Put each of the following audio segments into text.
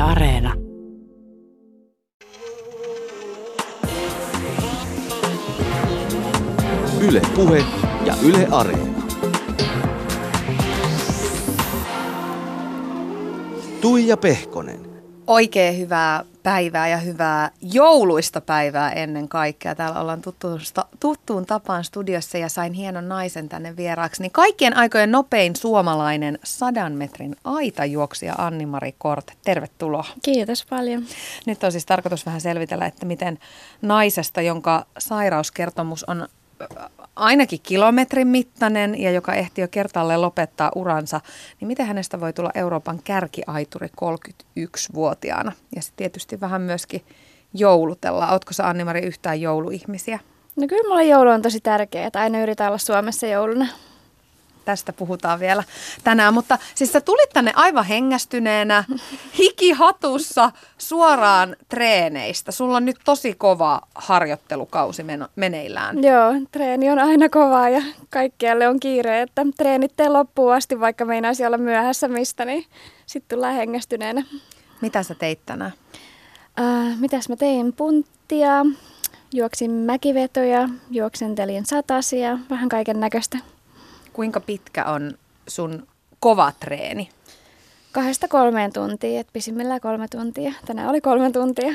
Areena. Yle Puhe ja Yle Areena. Tuija Pehkonen. Oikein hyvää päivää ja hyvää jouluista päivää ennen kaikkea. Täällä ollaan tuttuun tapaan studiossa ja sain hienon naisen tänne vieraaksi. Niin kaikkien aikojen nopein suomalainen 100 metrin aitajuoksija Anni-Mari Kort. Tervetuloa. Kiitos paljon. Nyt on siis tarkoitus vähän selvitellä, että miten naisesta, jonka sairauskertomus on ainakin kilometrin mittainen ja joka ehti jo kertaalleen lopettaa uransa, niin miten hänestä voi tulla Euroopan kärkiaituri 31-vuotiaana? Ja sitten tietysti vähän myöskin joulutella. Ootko sä, Anni-Mari, yhtään jouluihmisiä? No kyllä mulle joulu on tosi tärkeää, että aina yritän olla Suomessa jouluna. Tästä puhutaan vielä tänään, mutta siis sä tulit tänne aivan hengästyneenä, hikihatussa, suoraan treeneistä. Sulla on nyt tosi kova harjoittelukausi meneillään. Joo, treeni on aina kovaa ja kaikkialle on kiire, että treenitteen loppuun asti, vaikka meinaisi olla myöhässä mistä, niin sitten tullaan hengästyneenä. Mitä sä teit tänään? Mitäs mä tein? Punttia, juoksin mäkivetoja, juoksentelin satasia, vähän kaiken näköistä. Kuinka pitkä on sun kova treeni? 2-3 tuntia, että pisimmillään 3 tuntia. Tänään oli 3 tuntia.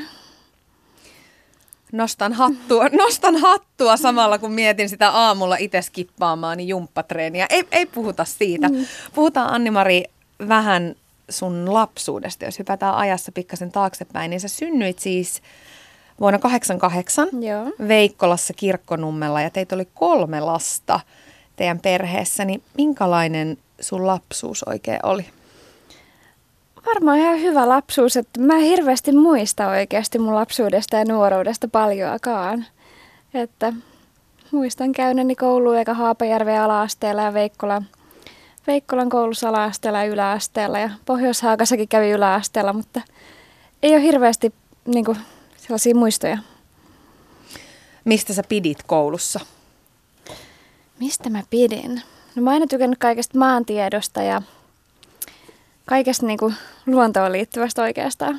Nostan hattua samalla, kun mietin sitä aamulla itse skippaamaani jumppatreeniä. Ei puhuta siitä. Puhutaan, Anni-Mari, vähän sun lapsuudesta. Jos hypätään ajassa pikkasen taaksepäin, niin sä synnyit siis vuonna 1988 Joo. Veikkolassa Kirkkonummella ja teitä oli 3 lasta teidän perheessä, niin minkälainen sun lapsuus oikein oli? Varmaan ihan hyvä lapsuus, että mä en hirveästi muista oikeasti mun lapsuudesta ja nuoruudesta paljoakaan. Että muistan käyneeni kouluun eka Haapajärven ala-asteella ja Veikkolan koulussa ala-asteella ja yläasteella ja Pohjois-Haagassakin kävi yläasteella, mutta ei ole hirveästi sellaisia muistoja. Mistä sä pidit koulussa? Mistä mä pidin? No mä oon aina tykännyt kaikesta maantiedosta ja kaikesta luontoon liittyvästä oikeastaan.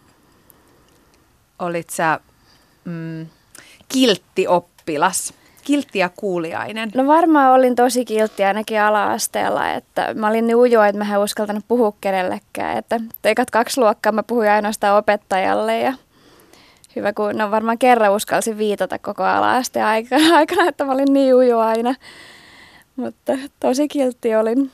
Olit sä kiltti oppilas, kiltti ja kuuliainen? No varmaan olin tosi kiltti ainakin ala-asteella, että mä olin niin ujo, että mä en uskaltanut puhua kenellekään. Että ekat 2 luokkaa mä puhuin ainoastaan opettajalle ja hyvä kun varmaan kerran uskalsin viitata koko ala-asteen aikana, että mä olin niin ujo aina. Mutta tosi kiltti olin.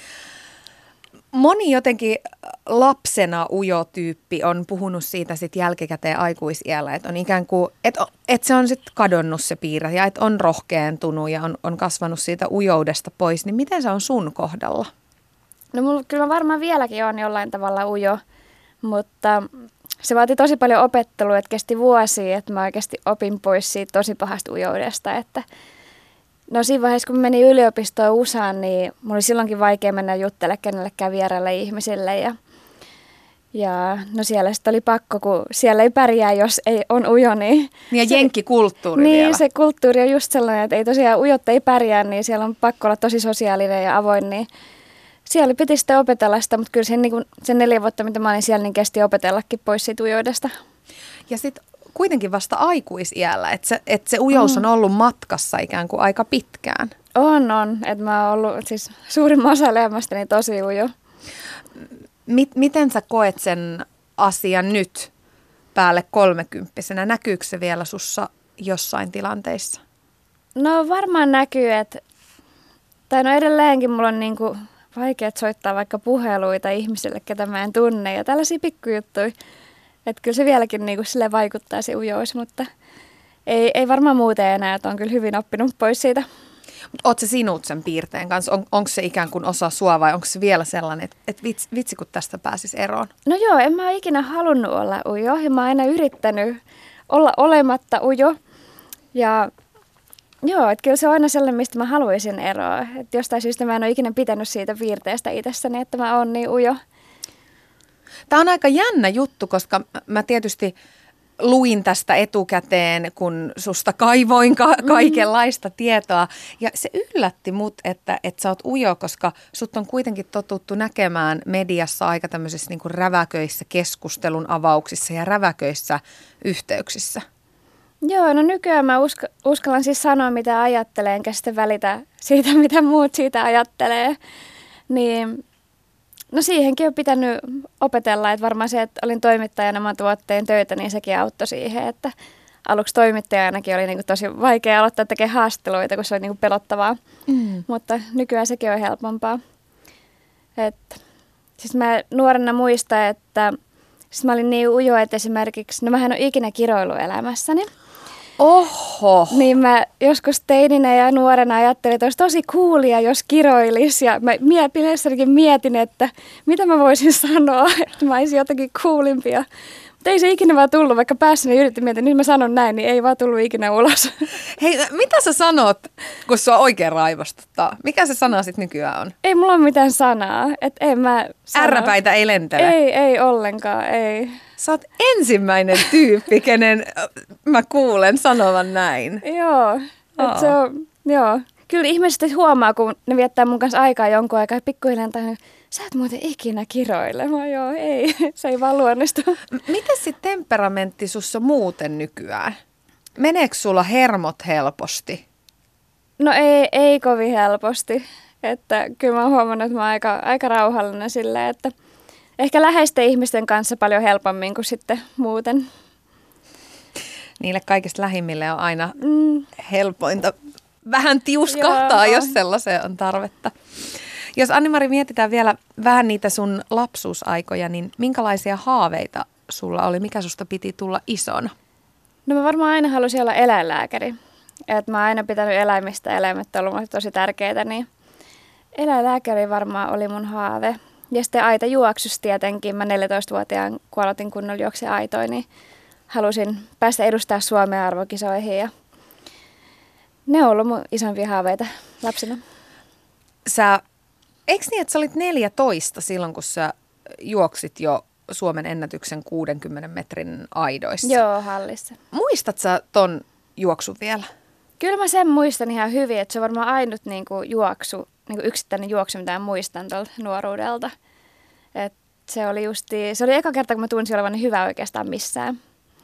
Moni jotenkin lapsena ujo tyyppi on puhunut siitä sit jälkikäteen aikuisiällä, että on ikään kuin, että se on sitten kadonnut se piirre ja että on rohkeentunut ja on kasvanut siitä ujoudesta pois. Niin miten se on sun kohdalla? No kyllä varmaan vieläkin on jollain tavalla ujo, mutta se vaati tosi paljon opettelua, että kesti vuosia, että mä oikeasti opin pois siitä tosi pahasta ujoudesta, että no siinä vaiheessa, kun menin yliopistoon USAan, niin mulla oli silloinkin vaikea mennä juttelemaan kenellekään vieraille ihmisille. Ja no siellä sitten oli pakko, kun siellä ei pärjää, jos ei on ujo. Niin ja jenkkikulttuuri niin, vielä. Se kulttuuri on just sellainen, että ei tosiaan ujotta ei pärjää, niin siellä on pakko olla tosi sosiaalinen ja avoin. Niin siellä piti sitten opetella sitä, mutta kyllä sen 4 vuotta, mitä mä olin siellä, niin kesti opetellakin pois siitä ujoudesta. Ja sitten kuitenkin vasta aikuisiällä, että se ujous on ollut matkassa ikään kuin aika pitkään. On. Että mä oon ollut siis suurimman osa elämästäni tosi ujo. Miten sä koet sen asian nyt päälle 30-vuotiaana? Näkyykö se vielä sussa jossain tilanteissa? No varmaan näkyy, tai edelleenkin mulla on vaikea soittaa vaikka puheluita ihmisille, ketä mä en tunne ja tällaisia pikkujuttuja. Että kyllä se vieläkin sille vaikuttaa se ujous, mutta ei varmaan muuten enää, että on kyllä hyvin oppinut pois siitä. Oletko sä sinut sen piirteen kanssa? Onko se ikään kuin osa sua vai onko se vielä sellainen, että vitsi kun tästä pääsisi eroon? No joo, en mä ole ikinä halunnut olla ujo ja mä oon aina yrittänyt olla olematta ujo. Ja joo, että kyllä se on aina sellainen, mistä mä haluaisin eroa. Että jostain syystä mä en ole ikinä pitänyt siitä piirteestä itsessäni, että mä oon niin ujo. Tämä on aika jännä juttu, koska mä tietysti luin tästä etukäteen, kun susta kaivoin kaikenlaista tietoa. Ja se yllätti mut, että sä oot ujo, koska sut on kuitenkin totuttu näkemään mediassa aika tämmöisissä niin kuin räväköissä keskustelun avauksissa ja räväköissä yhteyksissä. Joo, no nykyään mä uskallan siis sanoa, mitä ajattelen, enkä sitten välitä siitä, mitä muut siitä ajattelee. Niin, no siihenkin on pitänyt opetella, että varmaan se, että olin toimittajana oman tuotteen töitä, niin sekin auttoi siihen, että aluksi toimittajanakin oli niin kuin tosi vaikea aloittaa tekemään haastatteluita, kun se oli niin kuin pelottavaa, mutta nykyään sekin on helpompaa. Siis mä nuorena muistan, että siis mä olin niin ujo, että esimerkiksi, no mä en ole ikinä kiroillut elämässäni. Oho! Niin mä joskus teininä ja nuorena ajattelin, että olisi tosi coolia, jos kiroilisi. Ja mä mielessänikin mietin, että mitä mä voisin sanoa, että mä olisin jotakin coolimpia. Mutta ei se ikinä vaan tullut, vaikka päässäni yritin miettiä, nyt mä sanon näin, niin ei vaan tullut ikinä ulos. Hei, mitä sä sanot, kun sua oikein raivostuttaa? Mikä se sana sitten nykyään on? Ei mulla ole mitään sanaa, että en mä sano. Ärräpäitä ei lentele? Ei ollenkaan, ei. Sä oot ensimmäinen tyyppi, kenen mä kuulen sanovan näin. Joo, että se on, joo. Kyllä ihmiset huomaa, kun ne viettää mun kanssa aikaa jonkun aikaa, pikkuhiljaa tai sä et muuten ikinä kiroile. Mä joo, ei, se ei vaan luonnistu. Miten sit temperamentti sussa muuten nykyään? Meneekö sulla hermot helposti? No ei kovin helposti. Että kyllä mä oon huomannut, että mä oon aika rauhallinen silleen, että ehkä läheisten ihmisten kanssa paljon helpommin kuin sitten muuten. Niille kaikista lähimmille on aina helpointa vähän tiuskahtaa, jos sellaiseen on tarvetta. Jos Anni-Mari mietitään vielä vähän niitä sun lapsuusaikoja, niin minkälaisia haaveita sulla oli? Mikä susta piti tulla isona? No mä varmaan aina halusin olla eläinlääkäri. Et mä oon aina pitänyt eläimistä, eläimet on ollut tosi tärkeitä, niin eläinlääkäri varmaan oli mun haave. Ja sitten aitajuoksussa tietenkin. Mä 14-vuotiaan, kun aloitin kunnolla juokse aitoin, niin halusin päästä edustaa Suomea arvokisoihin. Ja ne on ollut mun isompia haaveita lapsena. Eikö niin, että sä olit 14 silloin, kun sä juoksit jo Suomen ennätyksen 60 metrin aidoissa? Joo, hallissa. Muistat sä ton juoksun vielä? Kyllä mä sen muistan ihan hyvin, että se on varmaan ainut juoksu, yksittäinen juoksu, mitä muistan tuolta nuoruudelta. Et se oli eka kerta, kun mä tunsin olevani hyvä oikeastaan missään.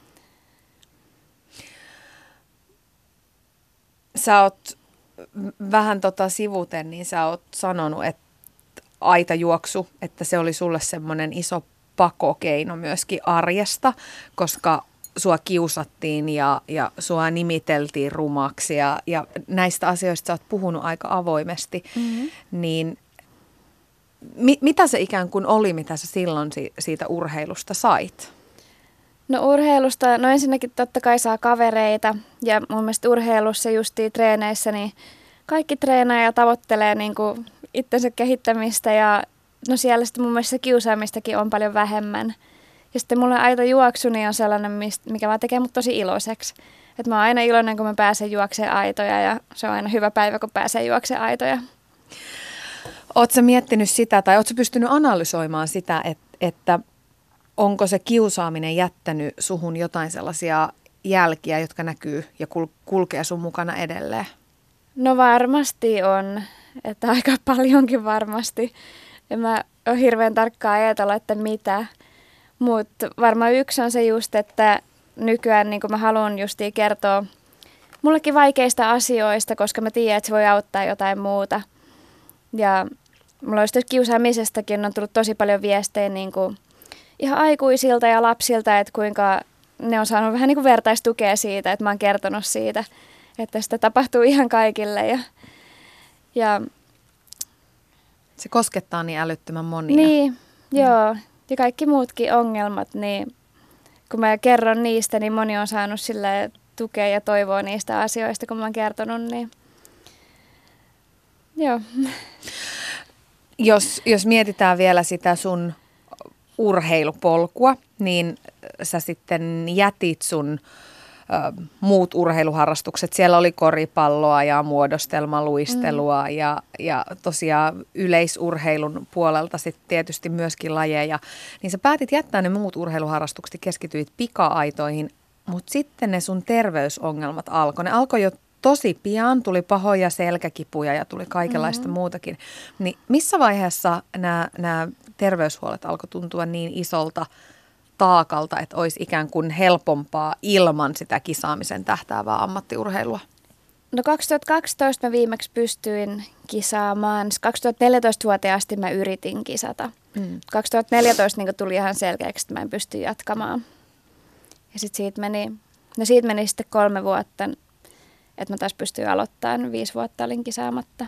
Sä oot vähän sivuten, niin sä oot sanonut, että aitajuoksu, että se oli sulle semmoinen iso pakokeino myöskin arjesta, koska sua kiusattiin ja sua nimiteltiin rumaksi ja näistä asioista sä oot puhunut aika avoimesti, niin mitä se ikään kuin oli, mitä sä silloin siitä urheilusta sait? No urheilusta, no ensinnäkin totta kai saa kavereita ja mun mielestä urheilussa justiin treeneissä, niin kaikki treenaa ja tavoittelee niin kuin itsensä kehittämistä ja no siellä sitten mun mielestä kiusaamistakin on paljon vähemmän. Ja sitten mulle aita juoksuni on sellainen, mikä vaan tekee mut tosi iloiseksi. Että mä oon aina iloinen, kun mä pääsen juoksemaan aitoja ja se on aina hyvä päivä, kun pääsee juoksemaan aitoja. Ootko sä miettinyt sitä tai ootko sä pystynyt analysoimaan sitä, että onko se kiusaaminen jättänyt suhun jotain sellaisia jälkiä, jotka näkyy ja kulkee sun mukana edelleen? No varmasti on, että aika paljonkin varmasti. En mä ole hirveän tarkkaan ajatella, että mitä. Mutta varmaan yksi on se just, että nykyään niin mä haluan justiin kertoa mullekin vaikeista asioista, koska mä tiedän, että se voi auttaa jotain muuta. Ja mulla on just kiusaamisestakin on tullut tosi paljon viestejä niin kuin ihan aikuisilta ja lapsilta, että kuinka ne on saanut vähän niin kuin vertaistukea siitä, että mä oon kertonut siitä, että sitä tapahtuu ihan kaikille. Ja se koskettaa niin älyttömän monia. Niin, joo. Ja kaikki muutkin ongelmat, niin kun mä kerron niistä, niin moni on saanut sille tukea ja toivoa niistä asioista, kun mä oon kertonut, niin joo. Jos mietitään vielä sitä sun urheilupolkua, niin sä sitten jätit sun muut urheiluharrastukset. Siellä oli koripalloa ja muodostelmaluistelua ja tosiaan yleisurheilun puolelta sitten tietysti myöskin lajeja. Niin sä päätit jättää ne muut urheiluharrastukset ja keskityit pika-aitoihin. mutta sitten ne sun terveysongelmat alkoi. Ne alkoi jo tosi pian, tuli pahoja selkäkipuja ja tuli kaikenlaista muutakin. Niin missä vaiheessa nämä terveyshuolet alkoi tuntua niin isolta taakalta, että olisi ikään kuin helpompaa ilman sitä kisaamisen tähtäävää ammattiurheilua? No 2012 mä viimeksi pystyin kisaamaan. 2014-vuotiaasti mä yritin kisata. 2014 niin tuli ihan selkeäksi, että mä en pysty jatkamaan. Ja sitten siitä meni sitten 3 vuotta, että mä taas pystyin aloittamaan. 5 vuotta olin kisaamatta.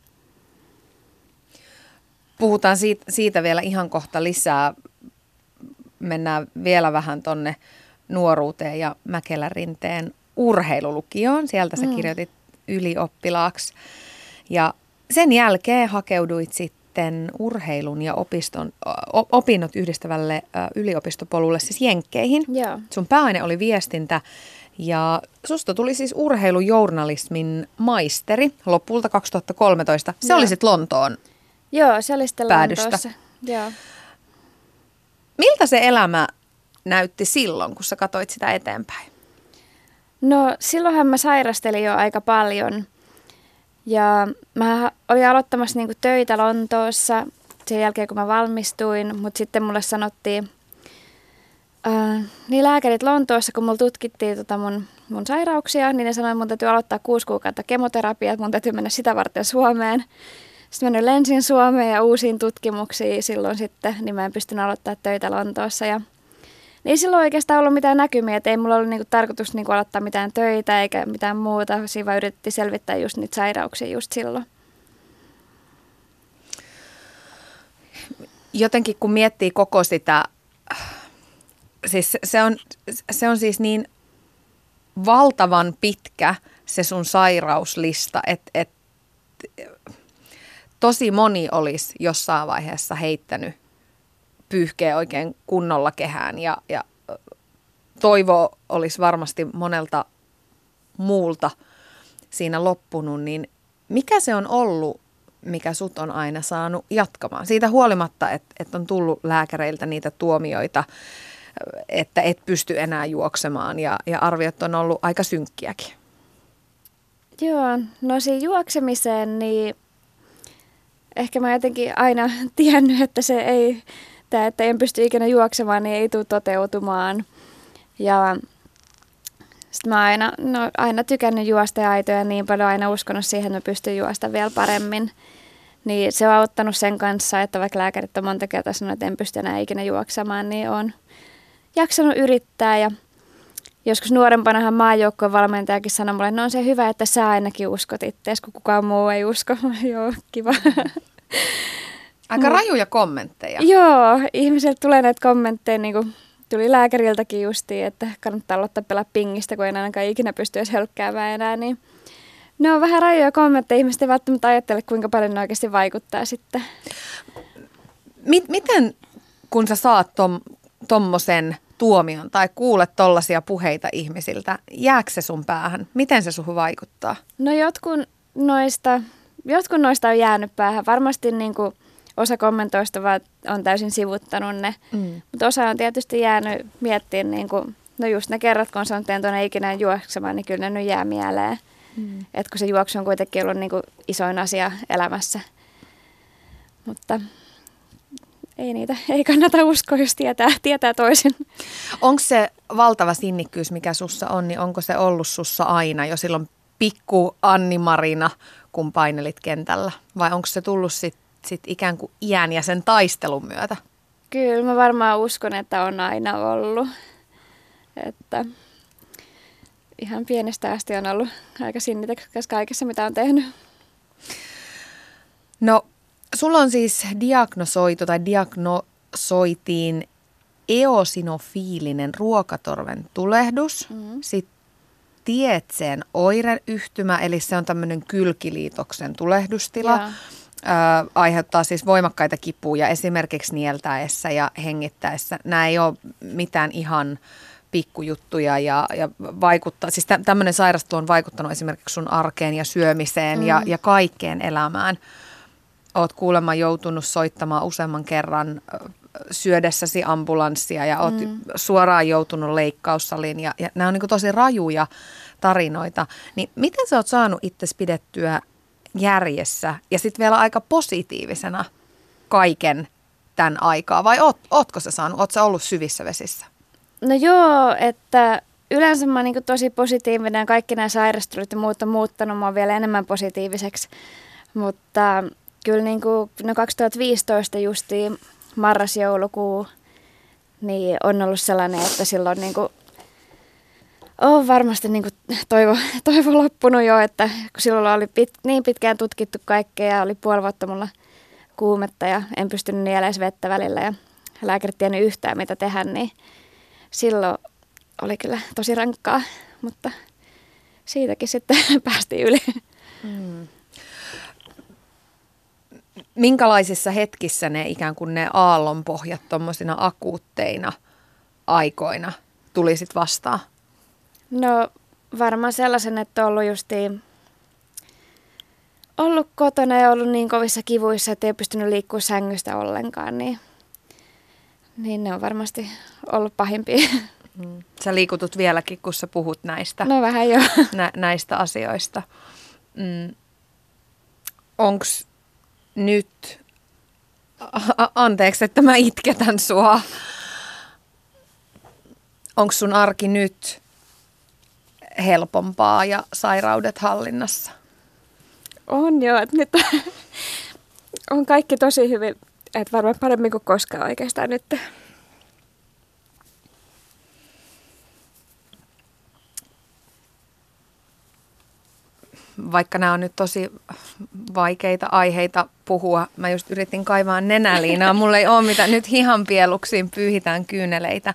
Puhutaan siitä vielä ihan kohta lisää. Mennään vielä vähän tonne nuoruuteen ja Mäkelän Rinteen urheilulukioon. Sieltä sä kirjoitit ylioppilaaksi. Ja sen jälkeen hakeuduit sitten urheilun ja opinnot yhdistävälle yliopistopolulle, siis Jenkkeihin. Joo. Sun pääaine oli viestintä ja susta tuli siis urheilujournalismin maisteri lopulta 2013. Se oli sitten Lontoon. Joo, se oli sitten päädystä. Lontoossa. Joo. Miltä se elämä näytti silloin, kun sä katsoit sitä eteenpäin? No silloinhan mä sairastelin jo aika paljon ja mä olin aloittamassa niinku töitä Lontoossa sen jälkeen, kun mä valmistuin, mutta sitten mulle sanottiin, niin lääkärit Lontoossa, kun mulla tutkittiin mun sairauksia, niin ne sanoi, että mun täytyy aloittaa 6 kuukautta kemoterapiaa, että mun täytyy mennä sitä varten Suomeen. Sitten mä lensin Suomeen ja uusiin tutkimuksiin silloin sitten, niin mä en pystynyt aloittaa töitä Lontoossa. Ja ei silloin oikeastaan ollut mitään näkymiä, että ei mulla ollut niinku tarkoitus niinku aloittaa mitään töitä eikä mitään muuta. Siinä vaan yritettiin selvittää just niitä sairauksia just silloin. Jotenkin kun miettii koko sitä, siis se on siis niin valtavan pitkä se sun sairauslista, että tosi moni olisi jossain vaiheessa heittänyt pyyhkeä oikein kunnolla kehään ja toivo olisi varmasti monelta muulta siinä loppunut, niin mikä se on ollut, mikä sut on aina saanut jatkamaan? Siitä huolimatta, että on tullut lääkäreiltä niitä tuomioita, että et pysty enää juoksemaan ja arviot on ollut aika synkkiäkin. Joo, no siinä juoksemiseen, niin ehkä mä jotenkin aina tiennyt, että että en pysty ikinä juoksemaan, niin ei tule toteutumaan. Ja sitten mä aina tykännyt juosta ja aitoja niin paljon, aina uskonut siihen, että mä pystyn juosta vielä paremmin. Niin se on auttanut sen kanssa, että vaikka lääkärit on monta kertaa sanonut, että en pysty enää ikinä juoksemaan, niin on jaksanut yrittää. Ja joskus nuorempanahan maajoukkueen valmentajakin sanoi mulle, että no on se hyvä, että sä ainakin uskot ittees, kun kukaan muu ei usko. Joo, kiva. Aika rajuja kommentteja. Joo, ihmisiltä tulee näitä kommentteja, niin kuin tuli lääkäriltäkin justiin, että kannattaa aloittaa pelaa pingistä, kun ei ainakaan ikinä pysty edes hölkkäämään enää. Niin ne on vähän rajuja kommentteja, ihmiset ei välttämättä ajattele, kuinka paljon ne oikeasti vaikuttaa sitten. Miten, kun sä saat tommosen tuomion tai kuulet tollaisia puheita ihmisiltä, jääkö se sun päähän? Miten se suhun vaikuttaa? No jotkut noista on jäänyt päähän. Varmasti niin kuin osa kommentoista vaan on täysin sivuttanut ne, mutta osa on tietysti jäänyt miettimään, niin kuin, no just ne kerrat, kun on sanonut, että en tuonne ikinä juoksemaan, niin kyllä ne nyt jää mieleen. Että kun se juoksu on kuitenkin ollut niin kuin isoin asia elämässä. Mutta ei kannata uskoa, jos tietää toisin. Onko se valtava sinnikkyys, mikä sussa on, niin onko se ollut sussa aina jo silloin pikku Anni-Marina, kun painelit kentällä? Vai onko se tullut sit ikään kuin iän ja sen taistelun myötä? Kyllä mä varmaan uskon, että on aina ollut. Että ihan pienestä asti on ollut aika sinnitäkäs kaikessa, mitä on tehnyt. No, sulla on siis diagnosoitiin eosinofiilinen ruokatorven tulehdus, sitten Tietzeen oireyhtymä, eli se on tämmöinen kylkiliitoksen tulehdustila. Aiheuttaa siis voimakkaita kipuja esimerkiksi nieltäessä ja hengittäessä. Nämä ei ole mitään ihan pikkujuttuja ja vaikuttaa, siis tämmöinen sairastelu on vaikuttanut esimerkiksi sun arkeen ja syömiseen ja kaikkeen elämään. Oot kuulemma joutunut soittamaan useamman kerran syödessäsi ambulanssia ja oot suoraan joutunut leikkaussaliin ja nämä on niin kuin tosi rajuja tarinoita. Niin miten sä oot saanut itsesi pidettyä järjessä ja sitten vielä aika positiivisena kaiken tämän aikaa vai ootko sä saanut, oot sä ollut syvissä vesissä? No joo, että yleensä mä oon niin tosi positiivinen ja kaikki nämä sairastelut ja muut on muuttanut mua vielä enemmän positiiviseksi. Mutta kyllä niin kuin, 2015 justiin marras-joulukuu niin on ollut sellainen, että silloin niin kuin, on varmasti niin kuin toivo loppunut jo, että kun silloin oli niin pitkään tutkittu kaikkea ja oli puoli vuotta mulla kuumetta ja en pystynyt nielemään vettä välillä ja lääkärit tiennyt yhtään mitä tehdä, niin silloin oli kyllä tosi rankkaa, mutta siitäkin sitten päästiin yli. Minkälaisissa hetkissä ne ikään kuin ne aallonpohjat tuommoisina akuutteina aikoina tuli sit vastaan? No varmaan sellaisen, että on ollut kotona ja ollut niin kovissa kivuissa, että ei pystynyt liikkumaan sängystä ollenkaan, niin ne on varmasti ollut pahimpia. Sä liikutut vieläkin, kun sä puhut näistä, no vähän joo. Näistä asioista. Onks nyt, anteeksi, että mä itketän sua, onko sun arki nyt helpompaa ja sairaudet hallinnassa? On joo, että nyt on kaikki tosi hyvin, että varmaan paremmin kuin koskaan oikeastaan nyt. Vaikka nämä on nyt tosi vaikeita aiheita puhua, mä just yritin kaivaa nenäliinaa, mulla ei ole mitä, nyt hihanpieluksiin pyyhitään kyyneleitä.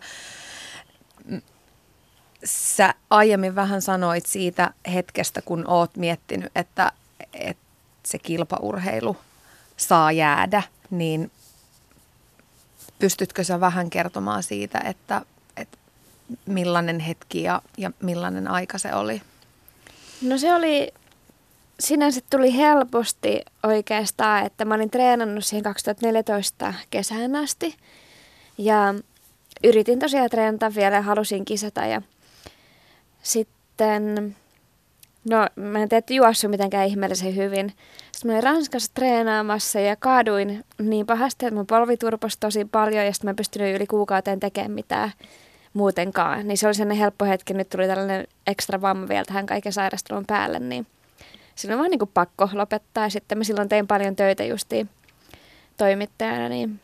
Sä aiemmin vähän sanoit siitä hetkestä, kun oot miettinyt, että se kilpaurheilu saa jäädä, niin pystytkö sä vähän kertomaan siitä, että millainen hetki ja millainen aika se oli? No se oli, sinänsä tuli helposti oikeastaan, että mä olin treenannut siihen 2014 kesään asti ja yritin tosiaan treenata vielä ja halusin kisata ja sitten, no mä en tehty juossut mitenkään ihmeellisen hyvin. Sitten mä olin Ranskassa treenaamassa ja kaaduin niin pahasti, että mun polvi turposi tosi paljon ja sitten mä en pystynyt yli kuukauteen tekemään mitään muutenkaan. Niin se oli sellainen helppo hetki, nyt tuli tällainen ekstra vamma vielä tähän kaiken sairastelun päälle, niin silloin vaan niin kuin pakko lopettaa. Ja sitten mä silloin tein paljon töitä justiin toimittajana, niin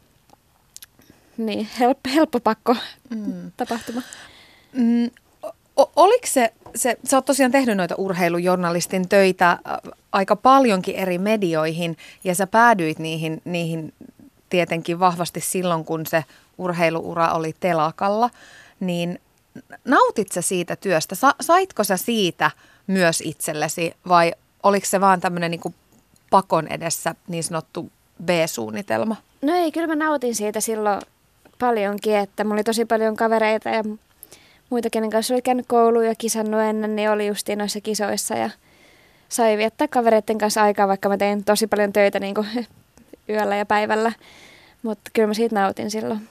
helppo pakko tapahtuma. Oliko sä oot tosiaan tehnyt noita urheilujournalistin töitä aika paljonkin eri medioihin ja sä päädyit niihin tietenkin vahvasti silloin, kun se urheiluura oli telakalla, niin nautit sä siitä työstä? Saitko sä siitä myös itsellesi vai oliko se vaan tämmöinen niin kuin pakon edessä niin sanottu B-suunnitelma? No ei, kyllä mä nautin siitä silloin paljonkin, että mulla oli tosi paljon kavereita ja muita, kenen kanssa oli käynyt kouluun ja kisannut ennen, niin oli justiin noissa kisoissa ja sai viettää kavereiden kanssa aikaa, vaikka mä tein tosi paljon töitä niin kuin yöllä ja päivällä, mutta kyllä mä siitä nautin silloin.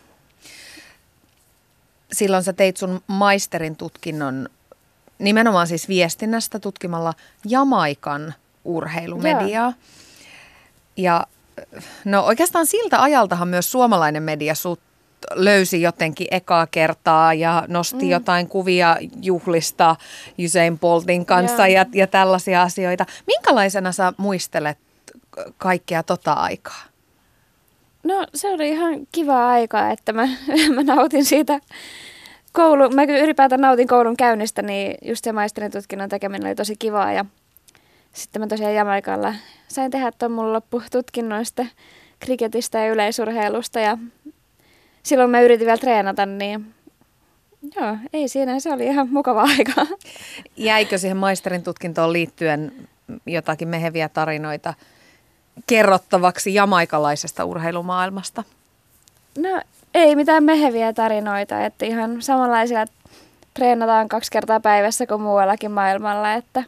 Silloin sä teit sun maisterin tutkinnon nimenomaan siis viestinnästä tutkimalla Jamaikan urheilumediaa. Joo. Ja no oikeastaan siltä ajaltahan myös suomalainen media sut löysi jotenkin ekaa kertaa ja nosti jotain kuvia juhlista Usain Boltin kanssa ja tällaisia asioita. Minkälaisena sä muistelet kaikkea tota aikaa? No se oli ihan kiva aikaa, että mä nautin siitä mä ylipäätään nautin koulun käynnistä, niin just se maisterin tutkinnon tekeminen oli tosi kivaa ja sitten mä tosiaan Jamaikalla sain tehdä tuon mun loppututkinnoista kriketistä ja yleisurheilusta ja silloin mä yritin vielä treenata, niin joo, ei siinä, se oli ihan mukava aika. Jäikö siihen maisterin tutkintoon liittyen jotakin meheviä tarinoita kerrottavaksi jamaikalaisesta urheilumaailmasta? No ei mitään meheviä tarinoita, että ihan samanlaisia treenataan 2 kertaa päivässä kuin muuallakin maailmalla, että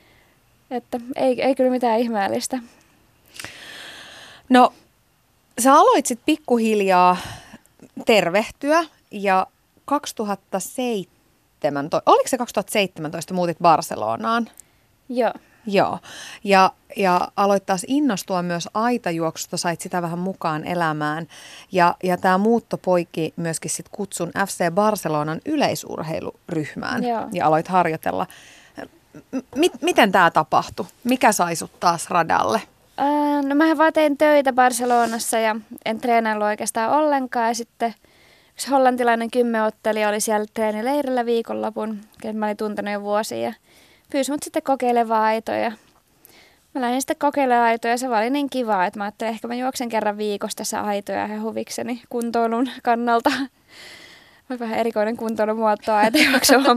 ei kyllä mitään ihmeellistä. No sä aloit sit pikkuhiljaa tervehtyä ja 2017, oliko se 2017 muutit Barcelonaan? Joo. Joo, ja aloit taas innostua myös aitajuoksusta, sait sitä vähän mukaan elämään. Ja tämä muutto poiki myöskin sit kutsun FC Barcelonan yleisurheiluryhmään. Joo. Ja aloit harjoitella. Miten tämä tapahtui? Mikä sai sut taas radalle? No mähän vaan tein töitä Barcelonassa ja en treenaillut oikeastaan ollenkaan. Ja sitten yksi hollantilainen kymmenottelija oli siellä treenileirillä viikonlopun, mä olin tuntenut jo vuosia. Ja pyysi mut sitten kokeilemaan aitoja. Mä lähdin sitten kokeilemaan aitoja ja se oli niin kivaa, että mä ajattelin, ehkä mä juoksen kerran viikossa tässä aitoja ihan huvikseni kuntoilun kannalta. Oli vähän erikoinen kuntoilumuoto aitojuoksua,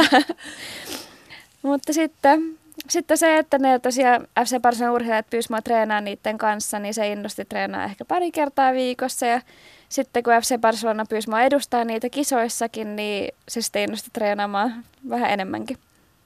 mutta sitten se, että ne tosiaan FC Barcelonan urheilijat pyysi mua treenaamaan niiden kanssa, niin se innosti treenaa ehkä pari kertaa viikossa. Ja sitten kun FC Barcelona pyysi mua edustaa niitä kisoissakin, niin se sitten innosti treenaamaan vähän enemmänkin.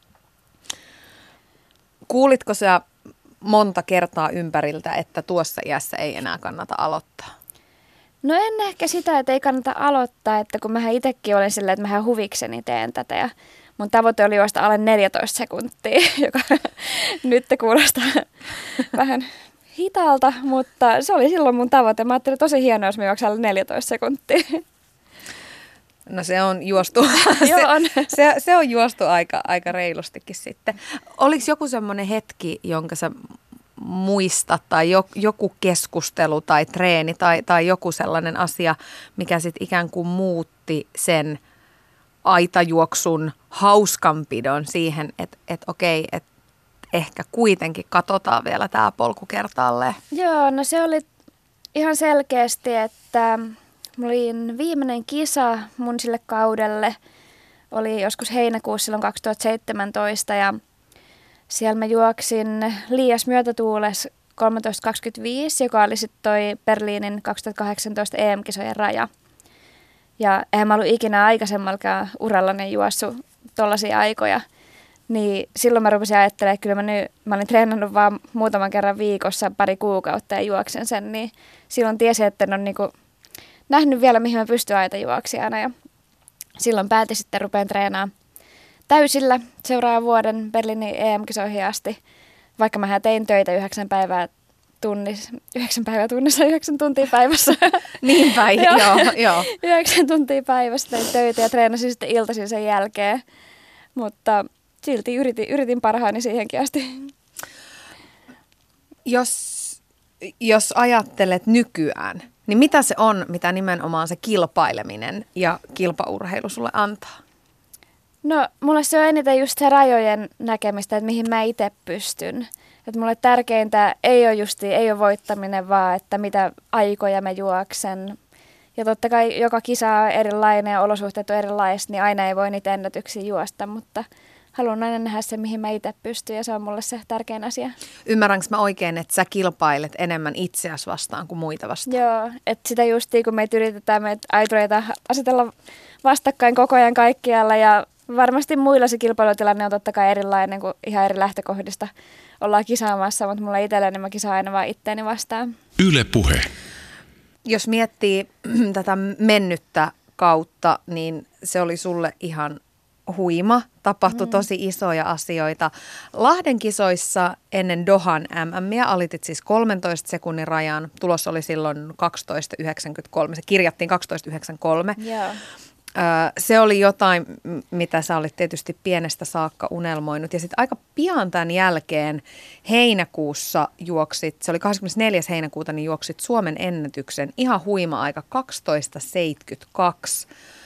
Kuulitko sä monta kertaa ympäriltä, että tuossa iässä ei enää kannata aloittaa? No en ehkä sitä, että ei kannata aloittaa, että kun mähän itsekin olin silleen, että mähän huvikseni teen tätä ja mun tavoite oli juosta alle 14 sekuntia, joka nyt kuulostaa vähän hitaalta, mutta se oli silloin mun tavoite. Mä ajattelin tosi hienoa, jos mä juoksen alle 14 sekuntia. No se on juostu, se on juostu aika reilustikin sitten. Oliko joku semmoinen hetki, jonka sä muistat tai joku keskustelu tai treeni tai joku sellainen asia, mikä sitten ikään kuin muutti sen aitajuoksun hauskanpidon siihen, että okei, että ehkä kuitenkin katsotaan vielä tämä polku kertaalleen? Joo, no se oli ihan selkeästi, että mulla oli viimeinen kisa mun sille kaudelle, oli joskus heinäkuussa silloin 2017 ja siellä mä juoksin Liias myötätuules 13.25, joka oli sitten toi Berliinin 2018 EM-kisojen raja. Ja eihän mä ollut ikinä aikaisemmallakaan urallani juossut tollaisia aikoja. Niin silloin mä rupesin ajattelemaan, että kyllä mä olin treenannut vaan muutaman kerran viikossa pari kuukautta ja juoksen sen. Niin silloin tiesin, että en ole niinku nähnyt vielä, mihin mä pystyn aitajuoksijana. Ja silloin päätin sitten rupean treenaamaan täysillä seuraavan vuoden Berliinin EM-kisoihin asti. Vaikka mä tein töitä 9 päivää tunnissa, 9 tuntia päivässä. Niin päin, joo. 9 tuntia päivässä tein töitä ja treenasin sitten iltaisin sen jälkeen. Mutta silti yritin parhaani siihenkin asti. Jos ajattelet nykyään, niin mitä se on, mitä nimenomaan se kilpaileminen ja kilpaurheilu sulle antaa? No, mulle se on eniten just se rajojen näkemistä, että mihin mä itse pystyn. Että mulle tärkeintä ei ole voittaminen, vaan että mitä aikoja mä juoksen. Ja totta kai joka kisa on erilainen ja olosuhteet on erilaiset, niin aina ei voi niitä ennätyksiä juosta, mutta haluan aina nähdä sen, mihin mä itse pystyn ja se on mulle se tärkein asia. Ymmärränkö mä oikein, että sä kilpailet enemmän itseäsi vastaan kuin muita vastaan? Joo, että sitä justiin kun meitä yritetään aitureita asetella vastakkain koko ajan kaikkialla ja varmasti muilla se kilpailutilanne on totta kai erilainen kuin ihan eri lähtökohdista ollaan kisaamassa, mutta mulla itselleni mä kisaan aina vaan itteeni vastaan. Yle Puhe. Jos miettii tätä mennyttä kautta, niin se oli sulle ihan huima. Tapahtui tosi isoja asioita. Lahden kisoissa ennen Dohan MM:ää alitit siis 13 sekunnin rajan. Tulos oli silloin 12.93. Se kirjattiin 12.93. Joo. Se oli jotain, mitä sä olit tietysti pienestä saakka unelmoinut. Ja sitten aika pian tämän jälkeen heinäkuussa juoksit, se oli 24. heinäkuuta, niin juoksit Suomen ennätyksen. Ihan huima aika, 12.72.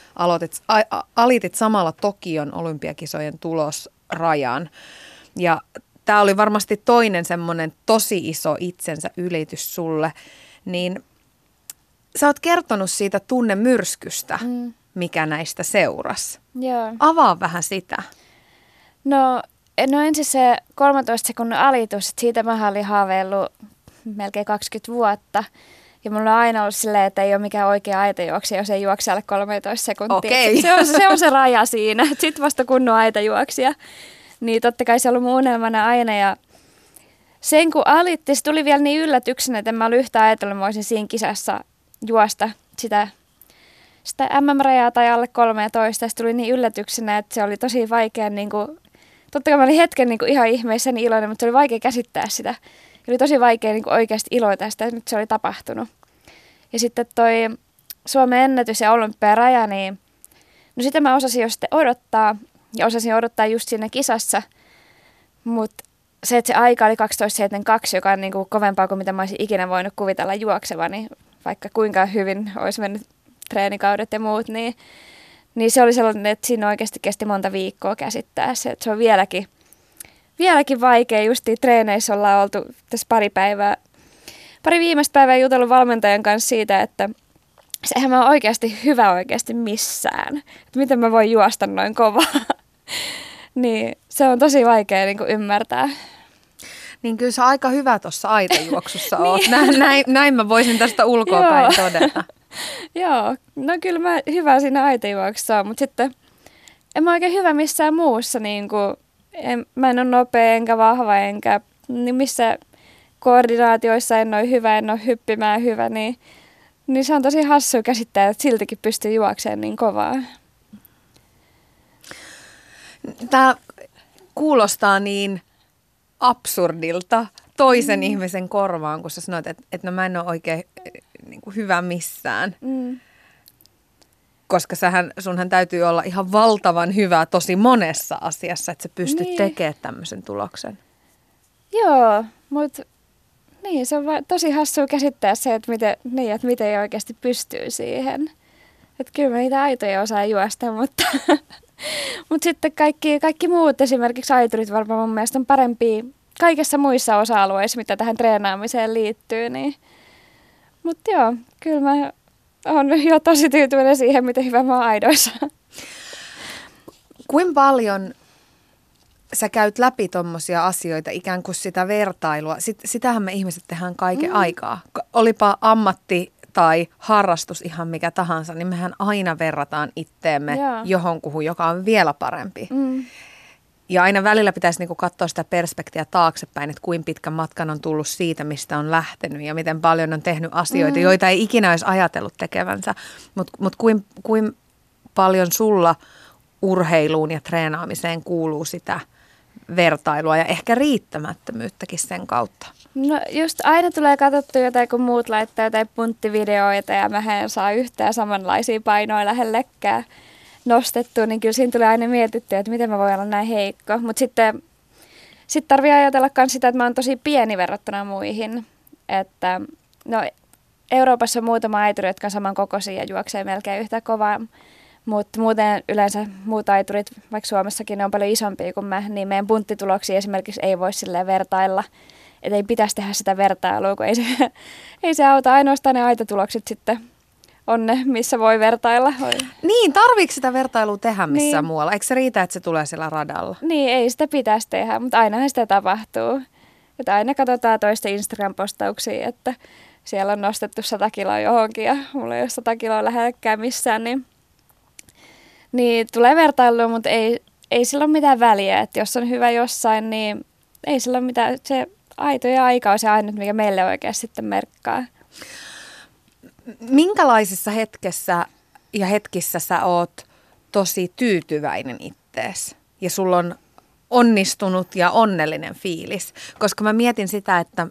Alitit samalla Tokion olympiakisojen tulosrajan. Ja tämä oli varmasti toinen semmoinen tosi iso itsensä ylitys sulle. Niin sä oot kertonut siitä tunnemyrskystä. Mikä näistä seurasi. Joo. Avaa vähän sitä. No ensin se 13 sekunnin alitus, että siitä mä olin haaveillut melkein 20 vuotta. Ja mulla on aina ollut silleen, että ei ole mikään oikea aitajuoksija, jos ei juokse alle 13 sekuntia. Okay. Se on se raja siinä. Sitten vasta kunnon aitajuoksija. Niin totta kai se on ollut mun unelmana aina. Ja sen kun alitti, se tuli vielä niin yllätyksenä, että en mä ollut yhtään ajatellut, että mä voisin siinä kisassa juosta sitä sitä MM-rajaa tai alle 13. Se tuli niin yllätyksenä, että se oli tosi vaikea, niin kuin, totta kai mä olin hetken niin kuin ihan ihmeissäni iloinen, mutta se oli vaikea käsittää sitä. Ja oli tosi vaikea niin kuin oikeasti iloita sitä, että nyt se oli tapahtunut. Ja sitten toi Suomen ennätys ja olympiaraja, niin no sitä mä osasin jo sitten odottaa. Ja osasin odottaa just siinä kisassa. Mutta se, että se aika oli 12.72, joka on niin kuin kovempaa kuin mitä mä olisin ikinä voinut kuvitella juoksevani, vaikka kuinka hyvin olisi mennyt treenikaudet ja muut, niin se oli sellainen, että siinä oikeasti kesti monta viikkoa käsittää se. Että se on vieläkin vaikea. Justiin treeneissä ollaan oltu tässä pari viimeistä päivää jutellut valmentajan kanssa siitä, että sehän mä oon oikeasti hyvä oikeasti missään. Että miten mä voin juosta noin kovaa. Niin se on tosi vaikea niin kuin ymmärtää. Niin kyllä sä aika hyvä tuossa aitajuoksussa oot. Näin mä voisin tästä ulkoapäin todeta. Joo, no kyllä mä hyvä siinä aitajuoksussa on, mutta sitten en mä oikein hyvä missään muussa. Niin kuin, mä en ole nopea enkä vahva enkä niin missä koordinaatioissa en ole hyvä, en ole hyppimään hyvä. Niin se on tosi hassua käsittää, että siltikin pystyy juoksemaan niin kovaa. Tämä kuulostaa niin absurdilta toisen ihmisen korvaan, kun sä sanoit, että no mä en ole oikein niin kuin hyvä missään. Koska sunhan täytyy olla ihan valtavan hyvä tosi monessa asiassa, että sä pystyt tekemään tämmöisen tuloksen. Joo, mutta niin, se on tosi hassua käsittää se, että miten oikeasti pystyy siihen. Että kyllä mä niitä aitoja osaa juosta, mutta sitten kaikki muut, esimerkiksi aiturit varmaan mun mielestä on parempia kaikissa muissa osa-alueissa, mitä tähän treenaamiseen liittyy. Mutta joo, kyllä mä oon jo tosi tyytyväinen siihen, miten hyvä mä oon aidoissa. Kuinka paljon sä käyt läpi tommosia asioita, ikään kuin sitä vertailua? Sitähän me ihmiset tehdään kaiken aikaa. Olipa ammatti tai harrastus ihan mikä tahansa, niin mehän aina verrataan itteemme johonkuhun, joka on vielä parempi. Ja aina välillä pitäisi niinku katsoa sitä perspektiä taaksepäin, että kuinka pitkän matkan on tullut siitä, mistä on lähtenyt ja miten paljon on tehnyt asioita, joita ei ikinä olisi ajatellut tekevänsä. Mutta kuinka paljon sulla urheiluun ja treenaamiseen kuuluu sitä vertailua ja ehkä riittämättömyyttäkin sen kautta? No just aina tulee katsottua jotain, kun muut laittaa jotain punttivideoita ja mä en saa yhtään samanlaisia painoja lähellekään nostettua, niin kyllä siinä tulee aina mietittyä, että miten mä voin olla näin heikko. Mutta sitten tarvii ajatella myös sitä, että mä oon tosi pieni verrattuna muihin. Että no Euroopassa on muutama aituri, jotka on samankokoisia ja juoksee melkein yhtä kovaa. Mutta muuten yleensä muut aiturit, vaikka Suomessakin ne on paljon isompia kuin mä, niin meidän punttituloksia esimerkiksi ei voi silleen vertailla. Että ei pitäisi tehdä sitä vertailua, kun ei se auta. Ainoastaan ne aitatulokset sitten on ne, missä voi vertailla. Niin, tarviiko sitä vertailua tehdä missään muualla? Eikö se riitä, että se tulee siellä radalla? Niin, ei sitä pitäisi tehdä, mutta ainahan sitä tapahtuu. Että aina katsotaan toisten Instagram-postauksia, että siellä on nostettu 100 kiloa johonkin ja mulla ei ole 100 kiloa lähellekään missään, niin tulee vertailua, mutta ei sillä ole mitään väliä. Että jos on hyvä jossain, niin ei sillä ole mitään. Se aito ja aika on se ainut, mikä meille oikeasti sitten merkkaa. Minkälaisessa hetkissä sä oot tosi tyytyväinen ittees ja sulla on onnistunut ja onnellinen fiilis? Koska mä mietin sitä, että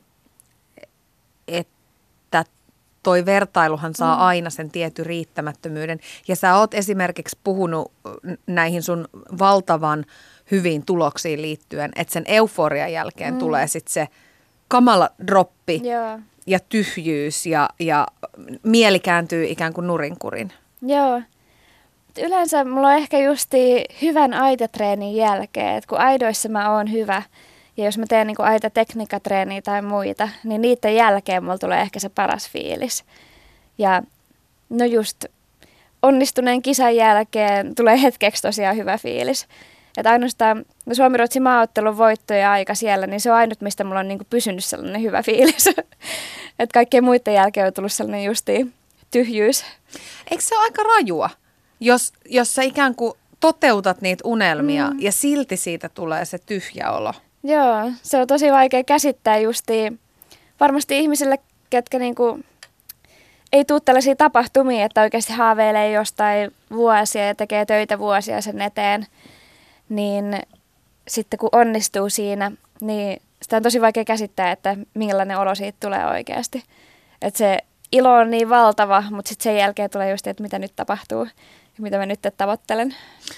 toi vertailuhan saa aina sen tietyn riittämättömyyden. Ja sä oot esimerkiksi puhunut näihin sun valtavan hyviin tuloksiin liittyen, että sen euforian jälkeen tulee sitten se kamala droppi ja tyhjyys ja mieli kääntyy ikään kuin nurinkurin. Joo. Yleensä mulla on ehkä justi hyvän aitatreenin jälkeen, että kun aidoissa mä oon hyvä ja jos mä teen niin kuin aitatekniikkatreeniä tai muita, niin niiden jälkeen mulla tulee ehkä se paras fiilis. Ja no just onnistuneen kisan jälkeen tulee hetkeksi tosiaan hyvä fiilis. Että ainoastaan Suomi-Ruotsin maaottelun voitto ja aika siellä, niin se on ainut, mistä mulla on niin kuin pysynyt sellainen hyvä fiilis. Että kaikkien muiden jälkeen on tullut sellainen justiin tyhjyys. Eikö se ole aika rajua, jos sä ikään kuin toteutat niitä unelmia ja silti siitä tulee se tyhjä olo? Joo, se on tosi vaikea käsittää justiin varmasti ihmisille, ketkä niinku ei tule tällaisia tapahtumia, että oikeasti haaveilee jostain vuosia ja tekee töitä vuosia sen eteen, niin sitten kun onnistuu siinä, niin sitä on tosi vaikea käsittää, että millainen olo siitä tulee oikeasti. Että se ilo on niin valtava, mutta sitten sen jälkeen tulee just, että mitä nyt tapahtuu ja mitä mä nyt tavoittelen.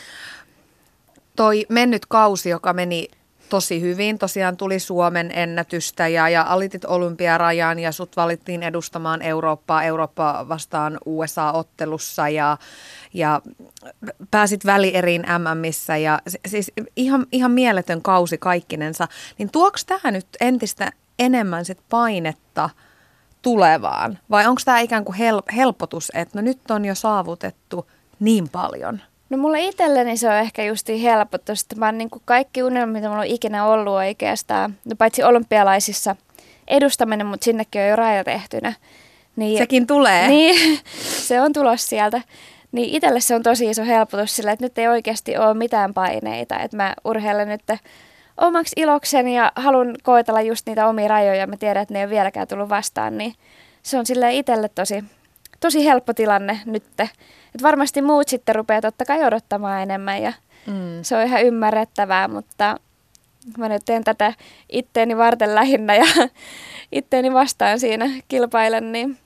Toi mennyt kausi, joka meni tosi hyvin, tosiaan tuli Suomen ennätystä ja alitit olympiarajan ja sut valittiin edustamaan Eurooppaa vastaan USA-ottelussa ja pääsit välieriin MMissä ja siis ihan mieletön kausi kaikkinensa. Niin tuoks tämä nyt entistä enemmän sit painetta tulevaan vai onko tämä ikään kuin helpotus, että no nyt on jo saavutettu niin paljon? No mulle itselleni se on ehkä justiin helpotus, että mä oon niin kuin kaikki unelmat, mitä mulla on ikinä ollut oikeastaan, no paitsi olympialaisissa edustaminen, mutta sinnekin on jo raja tehtynä. Niin, sekin tulee. Niin, se on tulos sieltä. Niin itselle se on tosi iso helpotus sillä, että nyt ei oikeasti ole mitään paineita, että mä urheilen nyt omaksi ilokseni ja haluan koetella just niitä omia rajoja. Mä tiedän, että ne ei ole vieläkään tullut vastaan, niin se on silleen itselle tosi helppo tilanne nyt. Et varmasti muut sitten rupeaa totta kai odottamaan enemmän ja se on ihan ymmärrettävää, mutta mä nyt teen tätä itteeni varten lähinnä ja itteeni vastaan siinä kilpailen, niin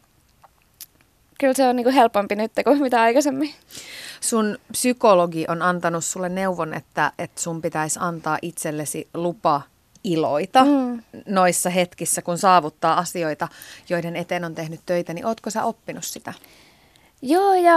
kyllä se on niinku helpompi nyt kuin mitä aikaisemmin. Sun psykologi on antanut sulle neuvon, että sun pitäisi antaa itsellesi lupa iloita noissa hetkissä, kun saavuttaa asioita, joiden eteen on tehnyt töitä, niin ootko sä oppinut sitä? Joo, ja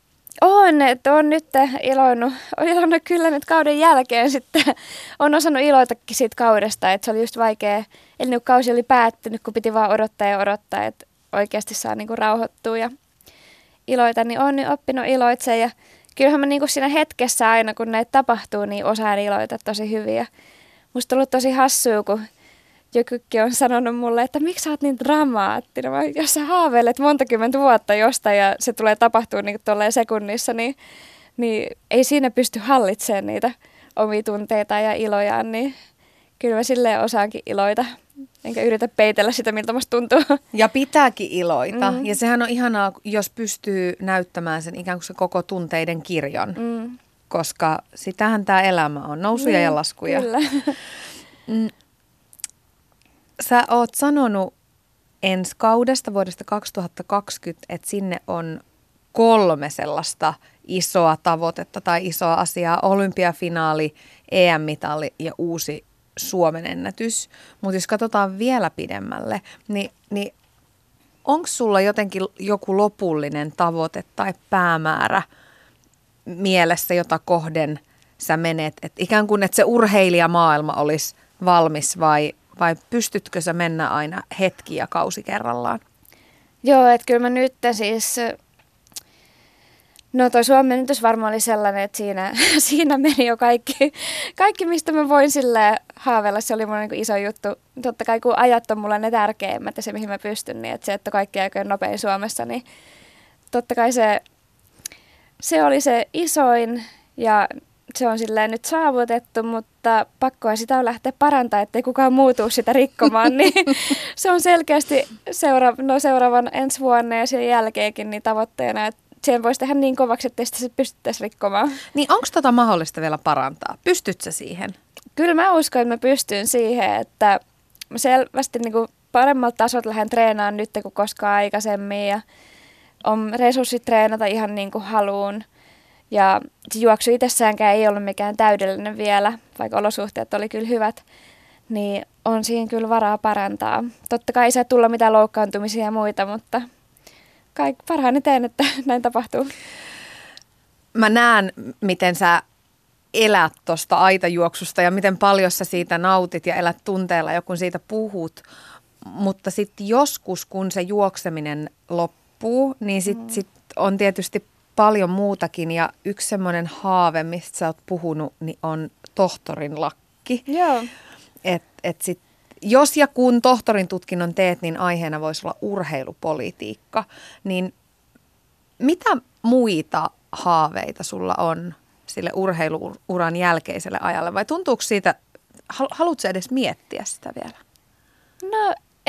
on nyt iloinut kyllä nyt kauden jälkeen sitten. On osannut iloitakin siitä kaudesta, että se oli just vaikea. Eli nyt kausi oli päättynyt, kun piti vaan odottaa, että oikeasti saa niinku rauhoittua ja iloita, niin on nyt oppinut iloitsemaan. Ja kyllähän mä niinku siinä hetkessä aina, kun näitä tapahtuu, niin osaan iloita tosi hyvin. Ja musta on ollut tosi hassua, kun jokukin on sanonut mulle, että miksi sä oot niin dramaattinen. Jos sä haaveilet monta kymmentä vuotta jostain ja se tulee tapahtua niin tolleen sekunnissa, niin ei siinä pysty hallitsemaan niitä omia tunteita ja ilojaan. Niin kyllä mä silleen osaankin iloita. Enkä yritä peitellä sitä, miltä musta tuntuu. Ja pitääkin iloita. Ja sehän on ihanaa, jos pystyy näyttämään sen ikään kuin se koko tunteiden kirjon. Koska sitähän tämä elämä on. Nousuja ja laskuja. Kyllä. Sä oot sanonut ensi kaudesta, vuodesta 2020, että sinne on 3 sellaista isoa tavoitetta tai isoa asiaa. Olympiafinaali, EM-mitali ja uusi Suomen ennätys. Mutta jos katsotaan vielä pidemmälle, niin onko sulla jotenkin joku lopullinen tavoite tai päämäärä mielessä, jota kohden sä menet? Et ikään kuin, että se urheilijamaailma olisi valmis vai pystytkö sä mennä aina hetki ja kausi kerrallaan? Joo, että kyllä mä nyt siis, no toi Suomen ennätys varmaan oli sellainen, että siinä meni jo kaikki mistä mä voin silleen haaveilla, se oli mun niin iso juttu. Totta kai kun ajat on mulle ne tärkeimmät ja se mihin mä pystyn, niin että se, että kaikki aikojen nopein Suomessa, niin totta kai se oli se isoin ja se on silleen nyt saavutettu, mutta pakkoa sitä on lähteä parantamaan, ettei kukaan muutu sitä rikkomaan, niin se on selkeästi seuraavan ensi vuonna ja sen jälkeenkin niin tavoitteena, että sen voisi tehdä niin kovaksi, että sitä se pystyttäisiin rikkomaan. Niin onko tota mahdollista vielä parantaa? Pystytkö sä siihen? Kyllä mä uskon, että mä pystyn siihen, että mä selvästi niin kuin paremmalta tasolta lähden treenaamaan nyt kuin koskaan aikaisemmin ja on resurssit treenata ihan niin kuin haluun. Ja se juoksu itsessäänkään ei ollut mikään täydellinen vielä, vaikka olosuhteet oli kyllä hyvät, niin on siihen kyllä varaa parantaa. Totta kai ei saa tulla mitään loukkaantumisia ja muita, mutta parhaani teen, että näin tapahtuu. Mä näen, miten sä elät tuosta aitajuoksusta ja miten paljon sä siitä nautit ja elät tunteella ja kun siitä puhut. Mutta sitten joskus, kun se juokseminen loppuu, niin sit on tietysti paljon muutakin ja yksi semmoinen haave, mistä sä oot puhunut, niin on tohtorin lakki. Joo. Jos ja kun tohtorin tutkinnon teet, niin aiheena voisi olla urheilupolitiikka. Niin mitä muita haaveita sulla on sille urheiluuran jälkeiselle ajalle? Vai tuntuuko siitä, haluatko edes miettiä sitä vielä? No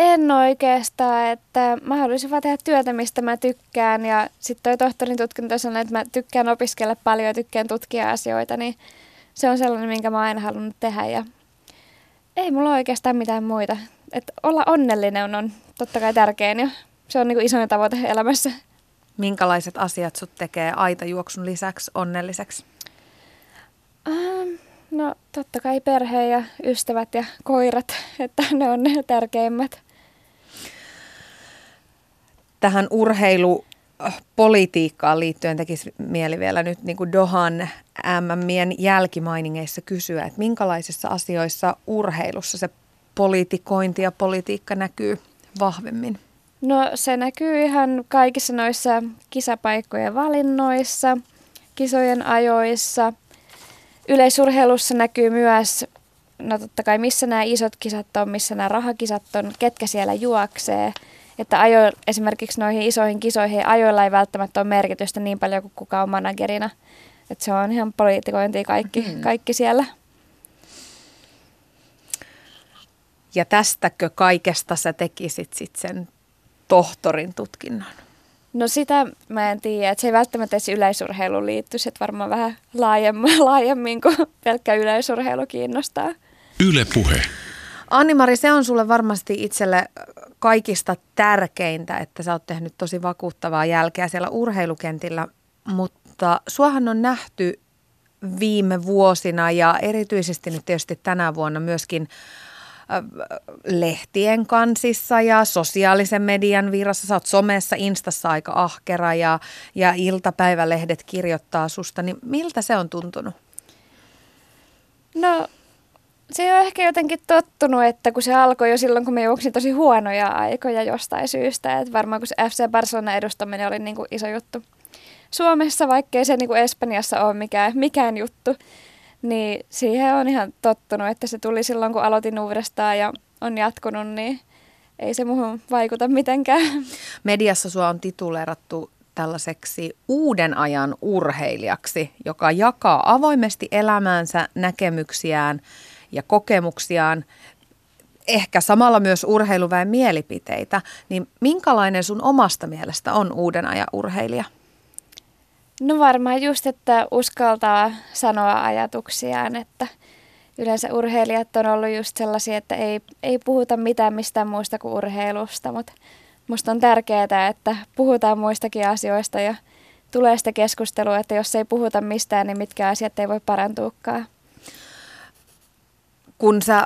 En oikeastaan, että mä haluaisin vaan tehdä työtä, mistä mä tykkään. Ja sitten toi tohtorin tutkinto sanoi, että mä tykkään opiskella paljon ja tykkään tutkia asioita, niin se on sellainen, minkä mä oon aina halunnut tehdä. Ja ei mulla ole oikeastaan mitään muita. Että olla onnellinen on totta kai tärkein ja se on niinku isoin tavoite elämässä. Minkälaiset asiat sut tekee aitajuoksun lisäksi onnelliseksi? No totta kai perhe ja ystävät ja koirat, että ne on ne tärkeimmät. Tähän urheilupolitiikkaan liittyen tekisi mieli vielä nyt niin kuin Dohan MM:ien jälkimainingeissa kysyä, että minkälaisissa asioissa urheilussa se politikointi ja politiikka näkyy vahvemmin? No se näkyy ihan kaikissa noissa kisapaikkojen valinnoissa, kisojen ajoissa. Yleisurheilussa näkyy myös, no totta kai missä nämä isot kisat on, missä nämä rahakisat on, ketkä siellä juoksee. Että esimerkiksi noihin isoihin kisoihin ajoilla ei välttämättä ole merkitystä niin paljon kuin kuka on managerina. Että se on ihan politikointia kaikki siellä. Ja tästäkö kaikesta sä tekisit sit sen tohtorin tutkinnon? No sitä mä en tiedä, että se ei välttämättä edes yleisurheiluun liittyisi, että varmaan vähän laajemmin kuin pelkkä yleisurheilu kiinnostaa. Yle Puhe. Anni-Mari, se on sulle varmasti itselle kaikista tärkeintä, että sä oot tehnyt tosi vakuuttavaa jälkeä siellä urheilukentillä, mutta suahan on nähty viime vuosina ja erityisesti nyt tietysti tänä vuonna myöskin lehtien kansissa ja sosiaalisen median virrassa. Sä oot somessa, Instassa aika ahkera ja iltapäivälehdet kirjoittaa susta. Niin miltä se on tuntunut? No se on ehkä jotenkin tottunut, että kun se alkoi jo silloin, kun me juoksin tosi huonoja aikoja jostain syystä. Että varmaan kun se FC Barcelonan edustaminen oli niin kuin iso juttu Suomessa, vaikkei se niin kuin Espanjassa ole mikään juttu. Niin siihen on ihan tottunut, että se tuli silloin, kun aloitin uudestaan ja on jatkunut, niin ei se muuhun vaikuta mitenkään. Mediassa sua on tituleerattu tällaiseksi uuden ajan urheilijaksi, joka jakaa avoimesti elämäänsä, näkemyksiään ja kokemuksiaan, ehkä samalla myös urheiluväen mielipiteitä. Niin minkälainen sun omasta mielestä on uuden ajan urheilija? No varmaan just, että uskaltaa sanoa ajatuksiaan, että yleensä urheilijat on ollut just sellaisia, että ei puhuta mitään mistään muusta kuin urheilusta, mutta musta on tärkeää, että puhutaan muistakin asioista ja tulee sitä keskustelua, että jos ei puhuta mistään, niin mitkä asiat ei voi parantuukaan. Kun sä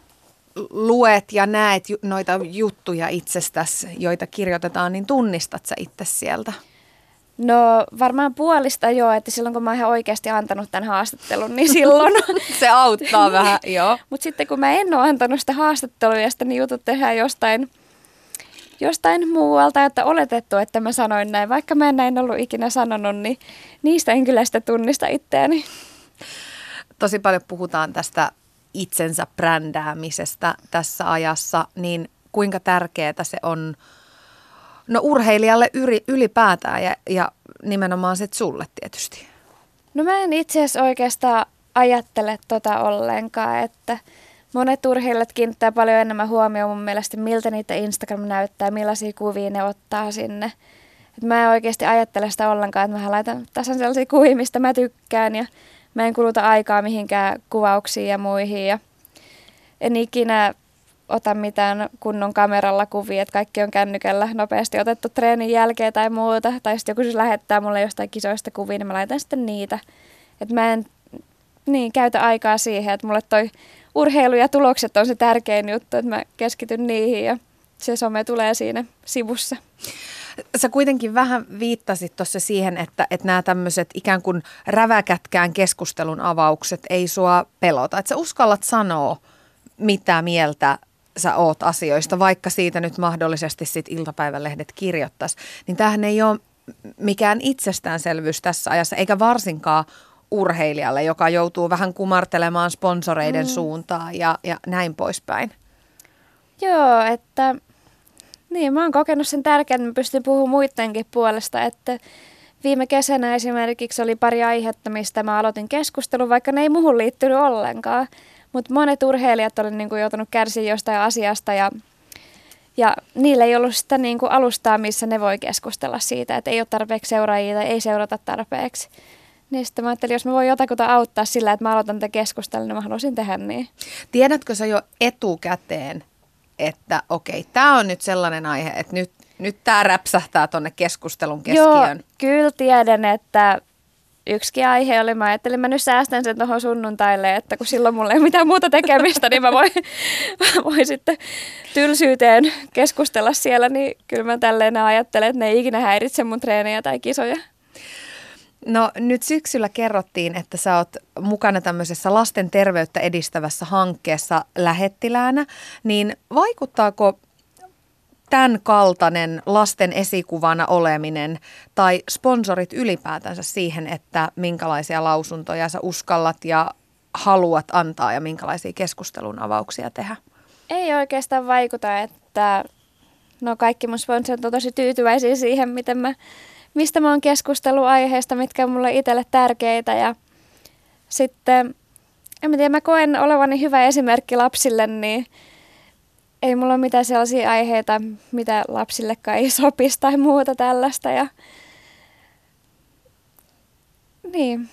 luet ja näet noita juttuja itsestäsi, joita kirjoitetaan, niin tunnistat sä itse sieltä? No varmaan puolista joo, että silloin kun mä oon ihan oikeasti antanut tämän haastattelun, niin silloin se auttaa vähän, joo. Mutta sitten kun mä en ole antanut sitä haastattelua ja sitten jutut tehdään jostain muualta, että oletettu, että mä sanoin näin. Vaikka mä en näin ollut ikinä sanonut, niin niistä en kyllä sitä tunnista itseäni. Tosi paljon puhutaan tästä itsensä brändäämisestä tässä ajassa, niin kuinka tärkeää se on urheilijalle ylipäätään ja nimenomaan sit sulle tietysti? No mä en itse asiassa oikeastaan ajattele ollenkaan, että monet urheilijat kiinnittää paljon enemmän huomioon mun mielestä, miltä niitä Instagram näyttää, millaisia kuvia ne ottaa sinne. Et mä en oikeasti ajattele sitä ollenkaan, että mä laitan tasan sellaisia kuvia, mistä mä tykkään ja mä en kuluta aikaa mihinkään kuvauksiin ja muihin ja en ikinä ota mitään kunnon kameralla kuvia, että kaikki on kännykällä nopeasti otettu treenin jälkeen tai muuta. Tai sitten joku siis lähettää mulle jostain kisoista kuvia, niin mä laitan sitten niitä. Että mä en käytä aikaa siihen, että mulle toi urheilu ja tulokset on se tärkein juttu, että mä keskityn niihin ja se some tulee siinä sivussa. Sä kuitenkin vähän viittasit tuossa siihen, että nämä tämmöiset ikään kuin räväkätkään keskustelun avaukset ei sua pelota. Että sä uskallat sanoa, mitä mieltä sä oot asioista, vaikka siitä nyt mahdollisesti sit iltapäivälehdet kirjoittaisi. Niin tämähän ei ole mikään itsestäänselvyys tässä ajassa, eikä varsinkaan urheilijalle, joka joutuu vähän kumartelemaan sponsoreiden suuntaan ja näin poispäin. Joo, että niin, mä oon kokenut sen tärkeän, että mä pystyn puhumaan muidenkin puolesta, että viime kesänä esimerkiksi oli pari aihetta, mistä mä aloitin keskustelun, vaikka ne ei muuhun liittynyt ollenkaan. Mutta monet urheilijat oli niinku joutunut kärsiä jostain asiasta ja Ja niillä ei ollut sitä niin kuin alustaa, missä ne voi keskustella siitä, että ei ole tarpeeksi seuraajia tai ei seurata tarpeeksi. Niin sitten mä ajattelin, jos mä voin jotakuta auttaa sillä, että mä aloitan tätä keskustelua, niin mä haluaisin tehdä niin. Tiedätkö sä jo etukäteen, että okei, tämä on nyt sellainen aihe, että nyt tämä räpsähtää tuonne keskustelun keskiöön? Joo, kyllä tiedän, että yksikin aihe oli, mä ajattelin, mä nyt säästän sen tuohon sunnuntaille, että kun silloin mulla ei ole mitään muuta tekemistä, niin mä voin sitten tylsyyteen keskustella siellä, niin kyllä mä tälleen ajattelen, että ne ei ikinä häiritse mun treenejä tai kisoja. No nyt syksyllä kerrottiin, että sä oot mukana tämmöisessä lasten terveyttä edistävässä hankkeessa lähettiläänä, niin vaikuttaako tämän kaltainen lasten esikuvana oleminen tai sponsorit ylipäätänsä siihen, että minkälaisia lausuntoja sä uskallat ja haluat antaa ja minkälaisia keskustelun avauksia tehdä? Ei oikeastaan vaikuta, että no kaikki mun sponsorit on tosi tyytyväisiä siihen, mistä mä oon keskustellut aiheesta, mitkä on mulle itselle tärkeitä. Ja sitten, en tiedä, mä koen olevani hyvä esimerkki lapsille, niin ei mulla ole mitään sellaisia aiheita, mitä lapsillekaan ei sopisi tai muuta tällaista. Ja niin.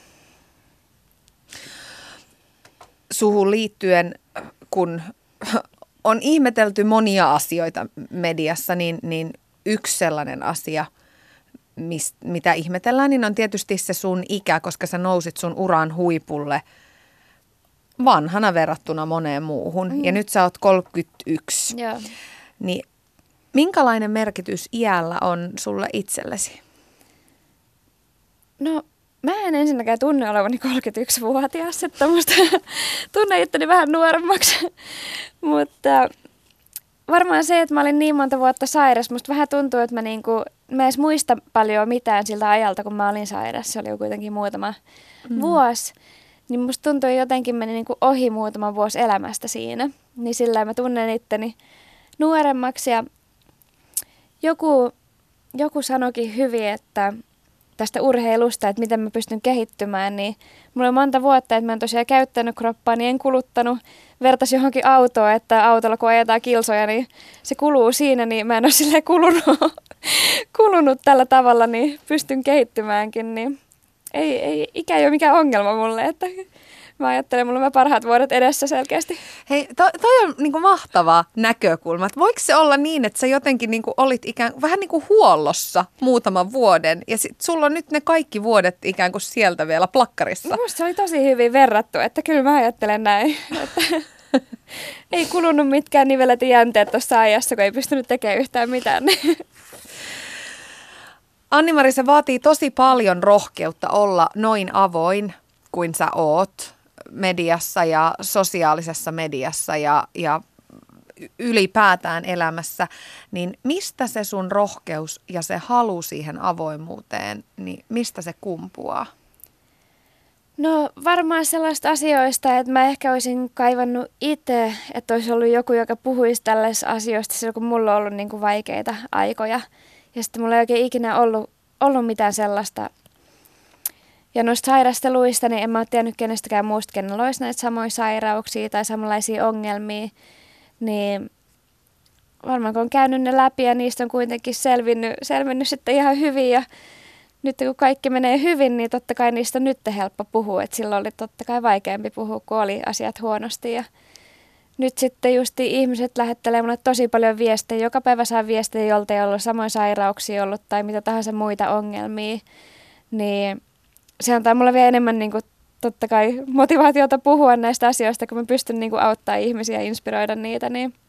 Suhun liittyen, kun on ihmetelty monia asioita mediassa, niin yksi sellainen asia, mitä ihmetellään, niin on tietysti se sun ikä, koska sä nousit sun uran huipulle vanhana verrattuna moneen muuhun. Ja nyt sä oot 31. Joo. Niin minkälainen merkitys iällä on sulle itsellesi? No mä en ensinnäkään tunne olevani 31-vuotias, että musta tunne itteni vähän nuoremmaksi. Mutta varmaan se, että mä olin niin monta vuotta sairas, musta vähän tuntuu, että mä edes muista paljon mitään siltä ajalta, kun mä olin sairas. Se oli jo kuitenkin muutama vuosi. Niin musta tuntui jotenkin meni niin kuin ohi muutama vuosi elämästä siinä. Niin sillä mä tunnen itteni nuoremmaksi. Ja joku sanoikin hyvin, että tästä urheilusta, että miten mä pystyn kehittymään, niin mulla on monta vuotta, että mä en tosiaan käyttänyt kroppaa, niin en kuluttanut. Vertaisi johonkin autoon, että autolla kun ajetaan kilsoja, niin se kuluu siinä, niin mä en ole silleen kulunut tällä tavalla, niin pystyn kehittymäänkin, niin ei ikä ei ole mikään ongelma mulle, että mä ajattelen, mulla on parhaat vuodet edessä selkeästi. Hei, toi on niinku mahtava näkökulma. Et voiko se olla niin, että sä jotenkin niinku olit vähän niin kuin huollossa muutaman vuoden ja sit sulla on nyt ne kaikki vuodet ikään kuin sieltä vielä plakkarissa? Musta se oli tosi hyvin verrattu, että kyllä mä ajattelen näin. Että ei kulunut mitkään nivelet ja jänteet tuossa ajassa, kun ei pystynyt tekemään yhtään mitään. Anni-Mari, se vaatii tosi paljon rohkeutta olla noin avoin kuin sä oot mediassa ja sosiaalisessa mediassa ja ylipäätään elämässä, niin mistä se sun rohkeus ja se halu siihen avoimuuteen, niin mistä se kumpuaa? No varmaan sellaista asioista, että mä ehkä olisin kaivannut itse, että olisi ollut joku, joka puhuisi tällaisista asioista silloin, kun mulla on ollut niin kuin vaikeita aikoja. Ja sitten mulla ei oikein ikinä ollut mitään sellaista. Ja noista sairasteluista, niin en mä ole tiennyt kenestäkään muusta, kenellä olisi näitä samoja sairauksia tai samanlaisia ongelmia. Niin varmaan kun on käynyt ne läpi ja niistä on kuitenkin selvinnyt sitten ihan hyvin. Ja nyt kun kaikki menee hyvin, niin totta kai niistä on nyt helppo puhua. Et silloin oli totta kai vaikeampi puhua, kun oli asiat huonosti. Ja nyt sitten justi ihmiset lähettelee mulle tosi paljon viestejä. Joka päivä saa viestejä, jolta ei ollut samoja sairauksia ollut tai mitä tahansa muita ongelmia. Niin se antaa mulle vielä enemmän niin kuin, totta kai motivaatiota puhua näistä asioista, kun mä pystyn niin kuin, auttaa ihmisiä ja inspiroida niitä.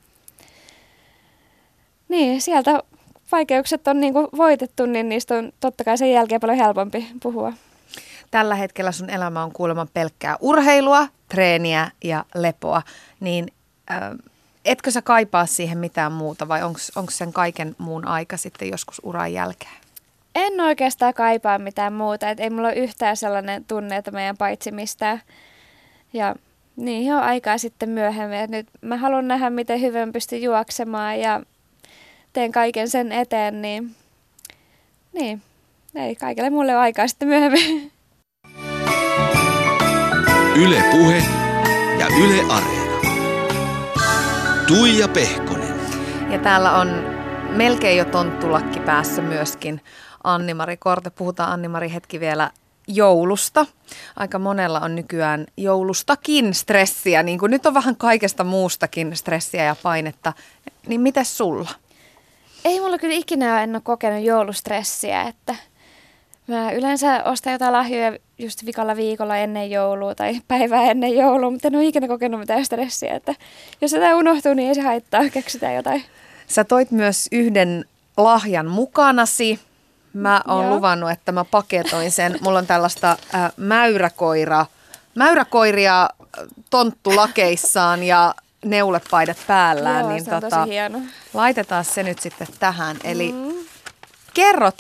Niin sieltä vaikeukset on niin kuin, voitettu, niin niistä on totta kai sen jälkeen paljon helpompi puhua. Tällä hetkellä sun elämä on kuulemma pelkkää urheilua, treeniä ja lepoa, niin etkö sä kaipaa siihen mitään muuta vai onko sen kaiken muun aika sitten joskus uran jälkeen? En oikeastaan kaipaa mitään muuta, että ei mulla ole yhtään sellainen tunne, että meidän paitsi mistään. Ja niin on aikaa sitten myöhemmin, että nyt mä haluan nähdä, miten hyvin pystyn juoksemaan ja teen kaiken sen eteen, niin ei kaikille mulle ole aikaa sitten myöhemmin. Yle Puhe ja Yle Areena. Tuija Pehkonen. Ja täällä on melkein jo tonttulakki päässä myöskin Anni-Mari Korte. Puhutaan Anni-Mari hetki vielä joulusta. Aika monella on nykyään joulustakin stressiä, niin kuin nyt on vähän kaikesta muustakin stressiä ja painetta. Niin mites sulla? Ei mulla kyllä ikinä en ole kokenut joulustressiä, että mä yleensä ostan jotain lahjoja just vikalla viikolla ennen joulua tai päivää ennen joulua, mutta en ole ikinä kokenut mitään stressiä, että jos jotain unohtuu, niin ei se haittaa, keksitään jotain. Sä toit myös yhden lahjan mukanasi. Mä oon luvannut, että mä paketoin sen. Mulla on tällaista mäyräkoiria tonttulakeissaan ja neulepaidat päällään. Joo, niin se on tosi hieno. Laitetaan se nyt sitten tähän. Eli kerro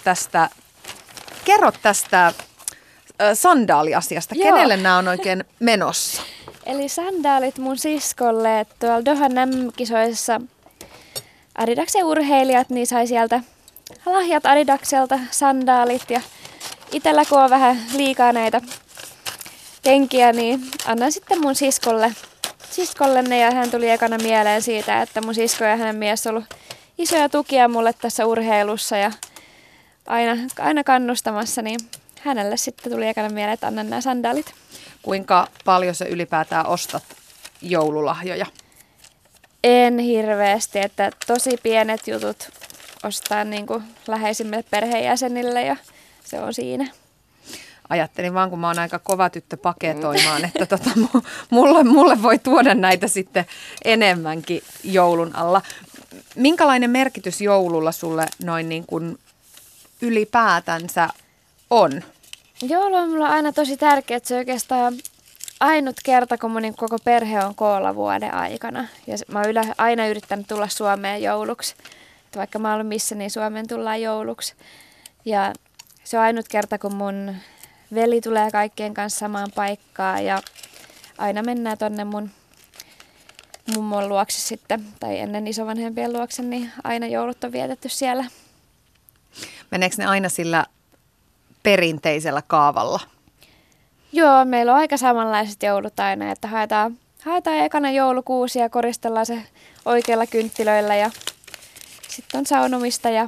tästä sandaaliasiasta. Joo. Kenelle nämä on oikein menossa? Eli sandaalit mun siskolle tuolla Dohan MM-kisoissa Adidaksen urheilijat, niin sai sieltä lahjat Adidakselta, sandaalit ja itsellä kun on vähän liikaa näitä kenkiä, niin annan sitten mun siskolle ne ja hän tuli ekana mieleen siitä, että mun sisko ja hänen mies on ollut isoja tukia mulle tässä urheilussa ja aina kannustamassa, niin hänelle sitten tuli ekana mieleen, että annan nämä sandaalit. Kuinka paljon sä ylipäätään ostat joululahjoja? En hirveästi, että tosi pienet jutut ostaa niin kuin läheisimmille perheenjäsenille ja se on siinä. Ajattelin vaan, kun mä oon aika kova tyttö paketoimaan, että mulle voi tuoda näitä sitten enemmänkin joulun alla. Minkälainen merkitys joululla sulle noin niin kuin ylipäätänsä on? Joulu on mulla aina tosi tärkeä, että se oikeastaan ainut kerta, kun mun koko perhe on koolla vuoden aikana. Ja mä oon aina yrittänyt tulla Suomeen jouluksi. Että vaikka mä oon ollut missä, niin Suomeen tullaan jouluksi. Ja se on ainut kerta, kun mun veli tulee kaikkien kanssa samaan paikkaan. Ja aina mennään tonne mun mummon luokse sitten, tai ennen isovanhempien luokse, niin aina joulut on vietetty siellä. Meneekö ne aina sillä perinteisellä kaavalla? Joo, meillä on aika samanlaiset joulut aina, että haetaan ekana joulukuusi ja koristellaan se oikeilla kynttilöillä ja sitten on saunomista ja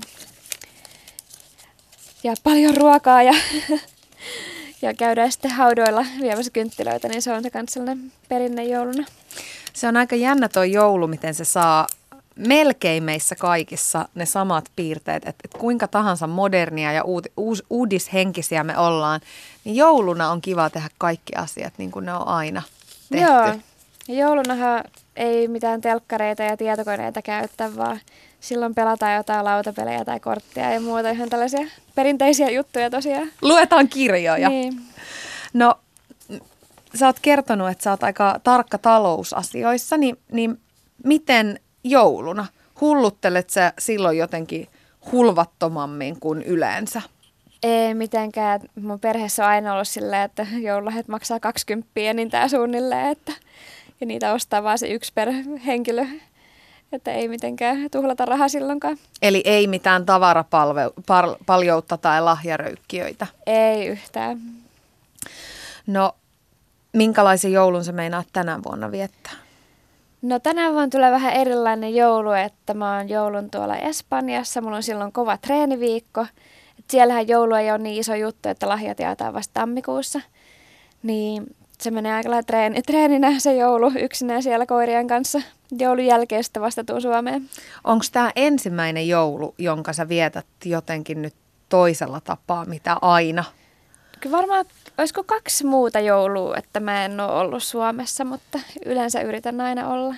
paljon ruokaa ja käydään sitten haudoilla viemässä kynttilöitä, niin se on se kans sellainen perinne jouluna. Se on aika jännä tuo joulu, miten se saa melkein meissä kaikissa ne samat piirteet, että kuinka tahansa modernia ja uudishenkisiä me ollaan, niin jouluna on kiva tehdä kaikki asiat niin kuin ne on aina tehty. Joo, ja joulunahan ei mitään telkkareita ja tietokoneita käyttää, vaan silloin pelataan jotain lautapelejä tai korttia ja muuta, ihan tällaisia perinteisiä juttuja tosiaan. Luetaan kirjoja. Niin. No, sä oot kertonut, että sä oot aika tarkka talousasioissa, niin miten jouluna? Hulluttelet sä silloin jotenkin hulvattomammin kuin yleensä? Ei mitenkään. Mun perheessä on aina ollut silleen, että joululahjat maksaa 20 enintään suunnilleen, ja niitä ostaa vaan se yksi per henkilö. Että ei mitenkään tuhlata rahaa silloinkaan. Eli ei mitään tavarapaljoutta tai lahjaröykkiöitä? Ei yhtään. No, minkälaisen joulun sä meinaat tänä vuonna viettää? No tänä vuonna tulee vähän erilainen joulu, että mä oon joulun tuolla Espanjassa. Mulla on silloin kova treeniviikko. Et siellähän joulu ei ole niin iso juttu, että lahjat jaetaan vasta tammikuussa. Niin se menee aika lailla treeninä se joulu yksinään siellä koirien kanssa. Joulun jälkeen sitten vasta tuun Suomeen. Onko tämä ensimmäinen joulu, jonka sä vietät jotenkin nyt toisella tapaa, mitä aina? Kyllä varmaan, olisiko 2 muuta joulua, että mä en ole ollut Suomessa, mutta yleensä yritän aina olla.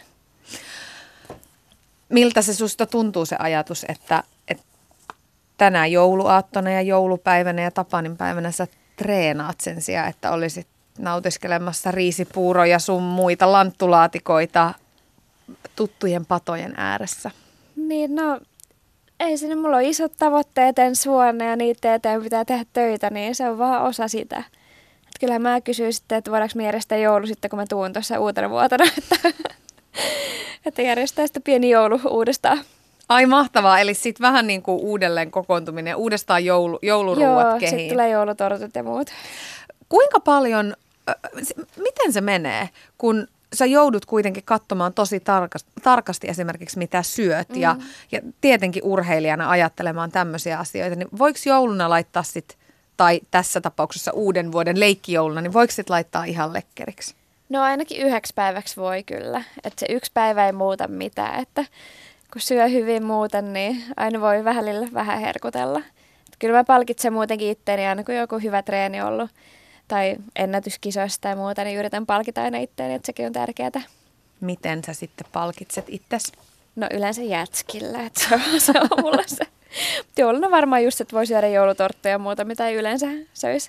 Miltä se susta tuntuu se ajatus, että tänään jouluaattona ja joulupäivänä ja tapaninpäivänä sä treenaat sen sijaan, että olisit nautiskelemassa riisipuuroja sun muita lanttulaatikoita tuttujen patojen ääressä? Niin, no ei sinne, mulla on isot tavoitteet ensi vuonna ja niitä eteen pitää tehdä töitä, niin se on vaan osa sitä. Et kyllähän mä kysyin sitten, että voidaanko me järjestää joulu sitten, kun mä tuun tuossa uutena vuotena, että järjestää sitten pieni joulu uudestaan. Ai mahtavaa, eli sitten vähän niin kuin uudelleen kokoontuminen, uudestaan jouluruuat kehiin. Joo, sitten tulee joulutortut ja muut. Kuinka paljon, miten se menee, kun sä joudut kuitenkin katsomaan tosi tarkasti esimerkiksi mitä syöt ja tietenkin urheilijana ajattelemaan tämmöisiä asioita, niin voiko jouluna laittaa sit, tai tässä tapauksessa uuden vuoden leikkijouluna, niin voiko sit laittaa ihan lekkeriksi? No ainakin 1 päiväksi voi kyllä, että se 1 päivä ei muuta mitään, että kun syö hyvin muuten, niin aina voi vähän herkutella. Että kyllä mä palkitsen muutenkin itteeni aina kun joku hyvä treeni ollut tai ennätyskisoista tai muuta, niin yritän palkita aina itteeni, että sekin on tärkeää. Miten sä sitten palkitset itsesi? No yleensä jätskillä, että se on mulla se. Jouluna varmaan just, että voi syödä joulutorttuja ja muuta, mitä ei yleensä söisi.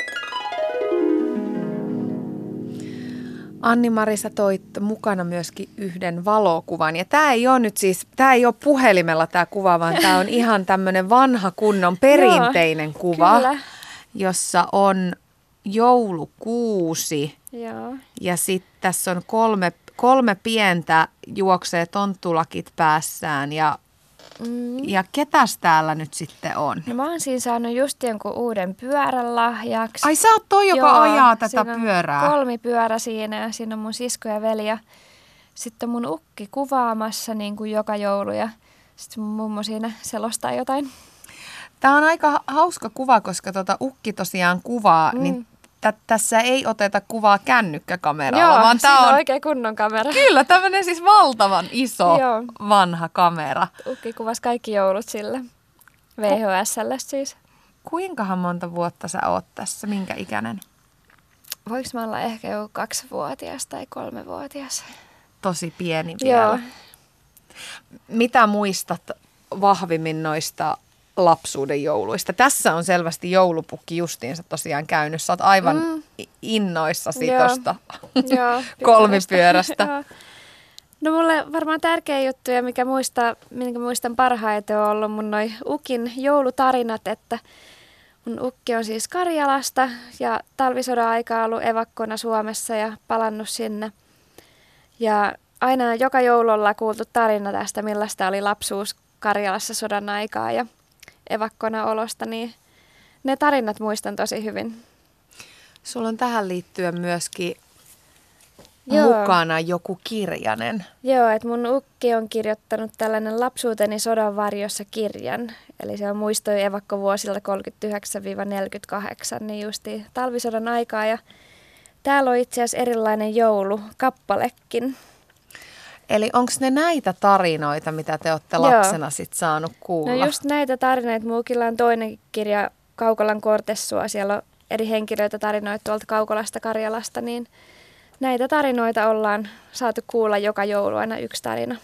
Anni-Mari, sä toit mukana myöskin yhden valokuvan. Ja tämä ei ole nyt siis, tämä ei ole puhelimella tämä kuva, vaan tämä on ihan tämmöinen vanha kunnon perinteinen kuva, kyllä. Jossa on joulukuusi. Joo. Ja sitten tässä on kolme pientä juoksee tonttulakit päässään ja ketäs täällä nyt sitten on? No mä oon siinä saanut just jonkun uuden pyörän lahjaksi. Ai sä oot toi, joka ajaa tätä pyörää? 3 pyörä siinä ja siinä on mun sisko ja veli ja sitten mun ukki kuvaamassa niin kuin joka joulu ja sitten mun mummo siinä selostaa jotain. Tää on aika hauska kuva, koska ukki tosiaan kuvaa, niin tässä ei oteta kuvaa kännykkäkameralla, vaan tää on oikein kunnon kamera. Kyllä, tämmöinen siis valtavan iso vanha kamera. Ukki kuvasi kaikki joulut sillä VHS:llä siis. Kuinkahan monta vuotta sä oot tässä? Minkä ikäinen? Voinko mä olla ehkä joku 2-vuotias tai 3-vuotias? Tosi pieni vielä. Joo. Mitä muistat vahvimmin noista lapsuuden jouluista? Tässä on selvästi joulupukki justiinsa tosiaan käynyt. Sä oot aivan innoissasi tosta kolmipyörästä. Joo. No mulle varmaan tärkeä juttu ja minkä muistan parhaiten on ollut mun noi ukin joulutarinat, että mun ukki on siis Karjalasta ja talvisodan aikaa ollut evakkona Suomessa ja palannut sinne. Ja aina joka joulu ollaan kuultu tarina tästä, millaista oli lapsuus Karjalassa sodan aikaa ja evakkona olosta, niin ne tarinat muistan tosi hyvin. Sulla on tähän liittyen myöskin mukana joku kirjanen. Joo, että mun ukki on kirjoittanut tällainen Lapsuuteni sodan varjossa -kirjan. Eli se on muistoja evakkovuosilta 39-48, niin justiin talvisodan aikaa. Ja täällä on itse asiassa erilainen joulukappalekin. Eli onko ne näitä tarinoita, mitä te olette lapsena sit saanut kuulla? No just näitä tarinoita. Muukilla on toinenkin kirja Kaukolan Kortessua. Siellä on eri henkilöitä tarinoita tuolta Kaukolasta, Karjalasta, niin näitä tarinoita ollaan saatu kuulla joka joulu, aina yksi tarina.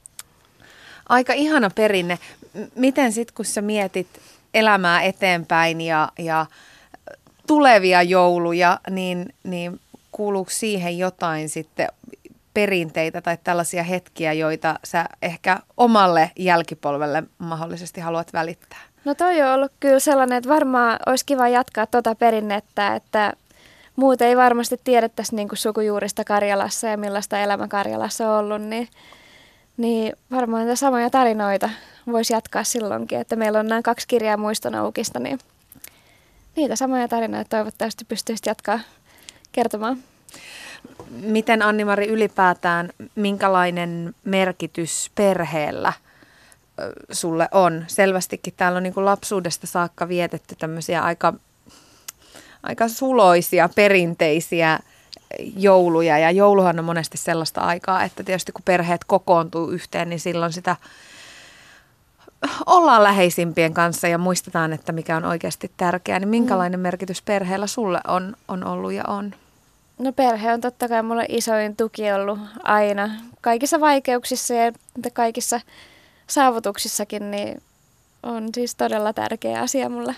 Aika ihana perinne. Miten sitten, kun sä mietit elämää eteenpäin ja tulevia jouluja, niin kuuluuko siihen jotain sitten perinteitä tai tällaisia hetkiä, joita sä ehkä omalle jälkipolvelle mahdollisesti haluat välittää? No toi on ollut kyllä sellainen, että varmaan olisi kiva jatkaa tuota perinnettä, että muuten ei varmasti tiedettäisi niin kuin sukujuurista Karjalassa ja millaista elämä Karjalassa on ollut, niin varmaan näitä samoja tarinoita voisi jatkaa silloinkin, että meillä on nämä 2 kirjaa muistona ukista, niin niitä samoja tarinoita toivottavasti pystyisi jatkaa kertomaan. Miten Anni-Mari ylipäätään, minkälainen merkitys perheellä sulle on? Selvästikin täällä on niin kuin lapsuudesta saakka vietetty tämmöisiä aika suloisia, perinteisiä jouluja. Ja jouluhan on monesti sellaista aikaa, että tietysti kun perheet kokoontuu yhteen, niin silloin sitä ollaan läheisimpien kanssa ja muistetaan, että mikä on oikeasti tärkeää. Niin minkälainen merkitys perheellä sulle on ollut ja on? No perhe on totta kai mulle isoin tuki ollut aina. Kaikissa vaikeuksissa ja kaikissa saavutuksissakin niin on siis todella tärkeä asia mulle.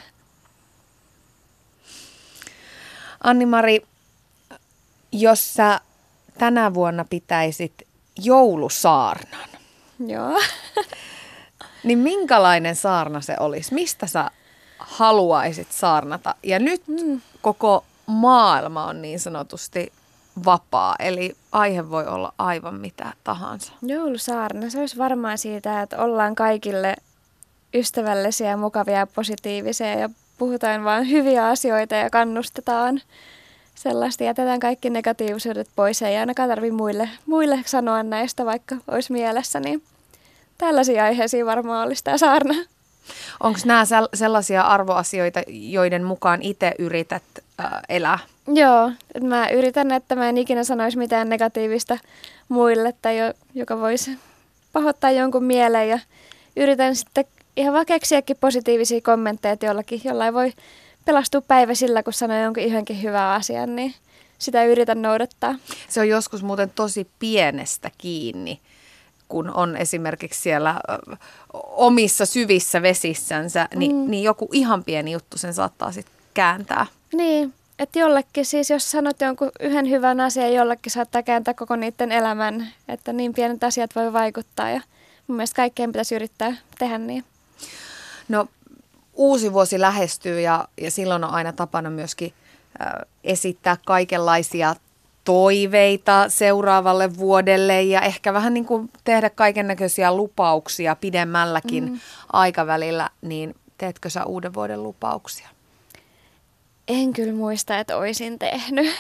Anni-Mari, jos sä tänä vuonna pitäisit joulusaarnan, Joo. niin minkälainen saarna se olisi? Mistä sä haluaisit saarnata? Ja nyt koko maailma on niin sanotusti vapaa, eli aihe voi olla aivan mitä tahansa. Joulusaarna, se olisi varmaan siitä, että ollaan kaikille ystävällisiä, mukavia ja positiivisia ja puhutaan vain hyviä asioita ja kannustetaan. sellaista. Jätetään kaikki negatiivisuudet pois. Ei ainakaan tarvitse muille sanoa näistä, vaikka olisi mielessä. Niin tällaisia aiheisia varmaan olisi tämä saarna. Onko nämä sellaisia arvoasioita, joiden mukaan itse yrität elää? Joo, mä yritän, että mä en ikinä sanoisi mitään negatiivista muille tai joka voisi pahoittaa jonkun mieleen. Ja yritän sitten ihan vaan keksiäkin positiivisia kommentteja, että jollain voi pelastua päivä sillä, kun sanoo jonkun yhdenkin hyvän asian, niin sitä yritän noudattaa. Se on joskus muuten tosi pienestä kiinni, kun on esimerkiksi siellä omissa syvissä vesissänsä, niin joku ihan pieni juttu sen saattaa sitten kääntää. Niin, että jollekin siis, jos sanot jonkun yhden hyvän asian, jollekin saattaa kääntää koko niiden elämän, että niin pienet asiat voi vaikuttaa ja mun mielestä kaikkeen pitäisi yrittää tehdä niin. No uusi vuosi lähestyy ja silloin on aina tapana myöskin esittää kaikenlaisia toiveita seuraavalle vuodelle ja ehkä vähän niin kuin tehdä kaikennäköisiä lupauksia pidemmälläkin aikavälillä, niin teetkö sä uuden vuoden lupauksia? En kyllä muista, että olisin tehnyt.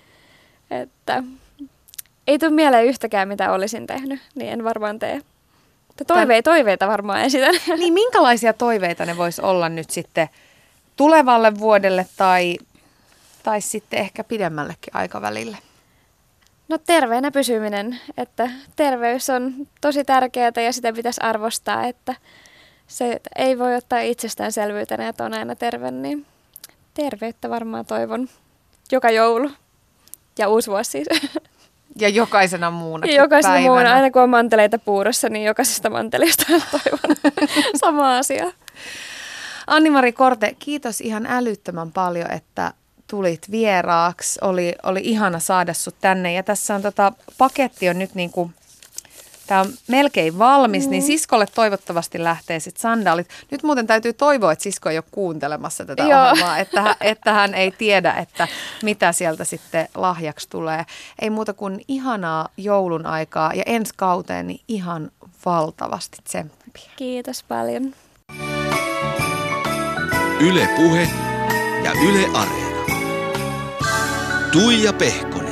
Että ei tule mieleen yhtäkään, mitä olisin tehnyt, niin en varmaan tee. Toiveita varmaan esitän. Niin minkälaisia toiveita ne vois olla nyt sitten tulevalle vuodelle tai sitten ehkä pidemmällekin aikavälille? No terveenä pysyminen, että terveys on tosi tärkeää ja sitä pitäisi arvostaa, että se ei voi ottaa itsestäänselvyytenä, että on aina terve, niin terveyttä varmaan toivon joka joulu ja uusi vuosi siis. Ja jokaisena muuna jokaisena muuna, aina kun on manteleita puurossa, niin jokaisesta mantelista toivon sama asia. Anni-Mari Korte, kiitos ihan älyttömän paljon, että tulit vieraaksi. Oli ihana saada sut tänne ja tässä on paketti on nyt niinku, tää on melkein valmis, niin siskolle toivottavasti lähtee sit sandaalit. Nyt muuten täytyy toivoa, että sisko ei ole kuuntelemassa tätä ohjelmaa, että hän ei tiedä, että mitä sieltä sitten lahjaksi tulee. Ei muuta kuin ihanaa joulun aikaa ja ensi kauteen niin ihan valtavasti tsemppiä. Kiitos paljon. Yle Puhe ja Yle Areena. Tuija Pehkonen.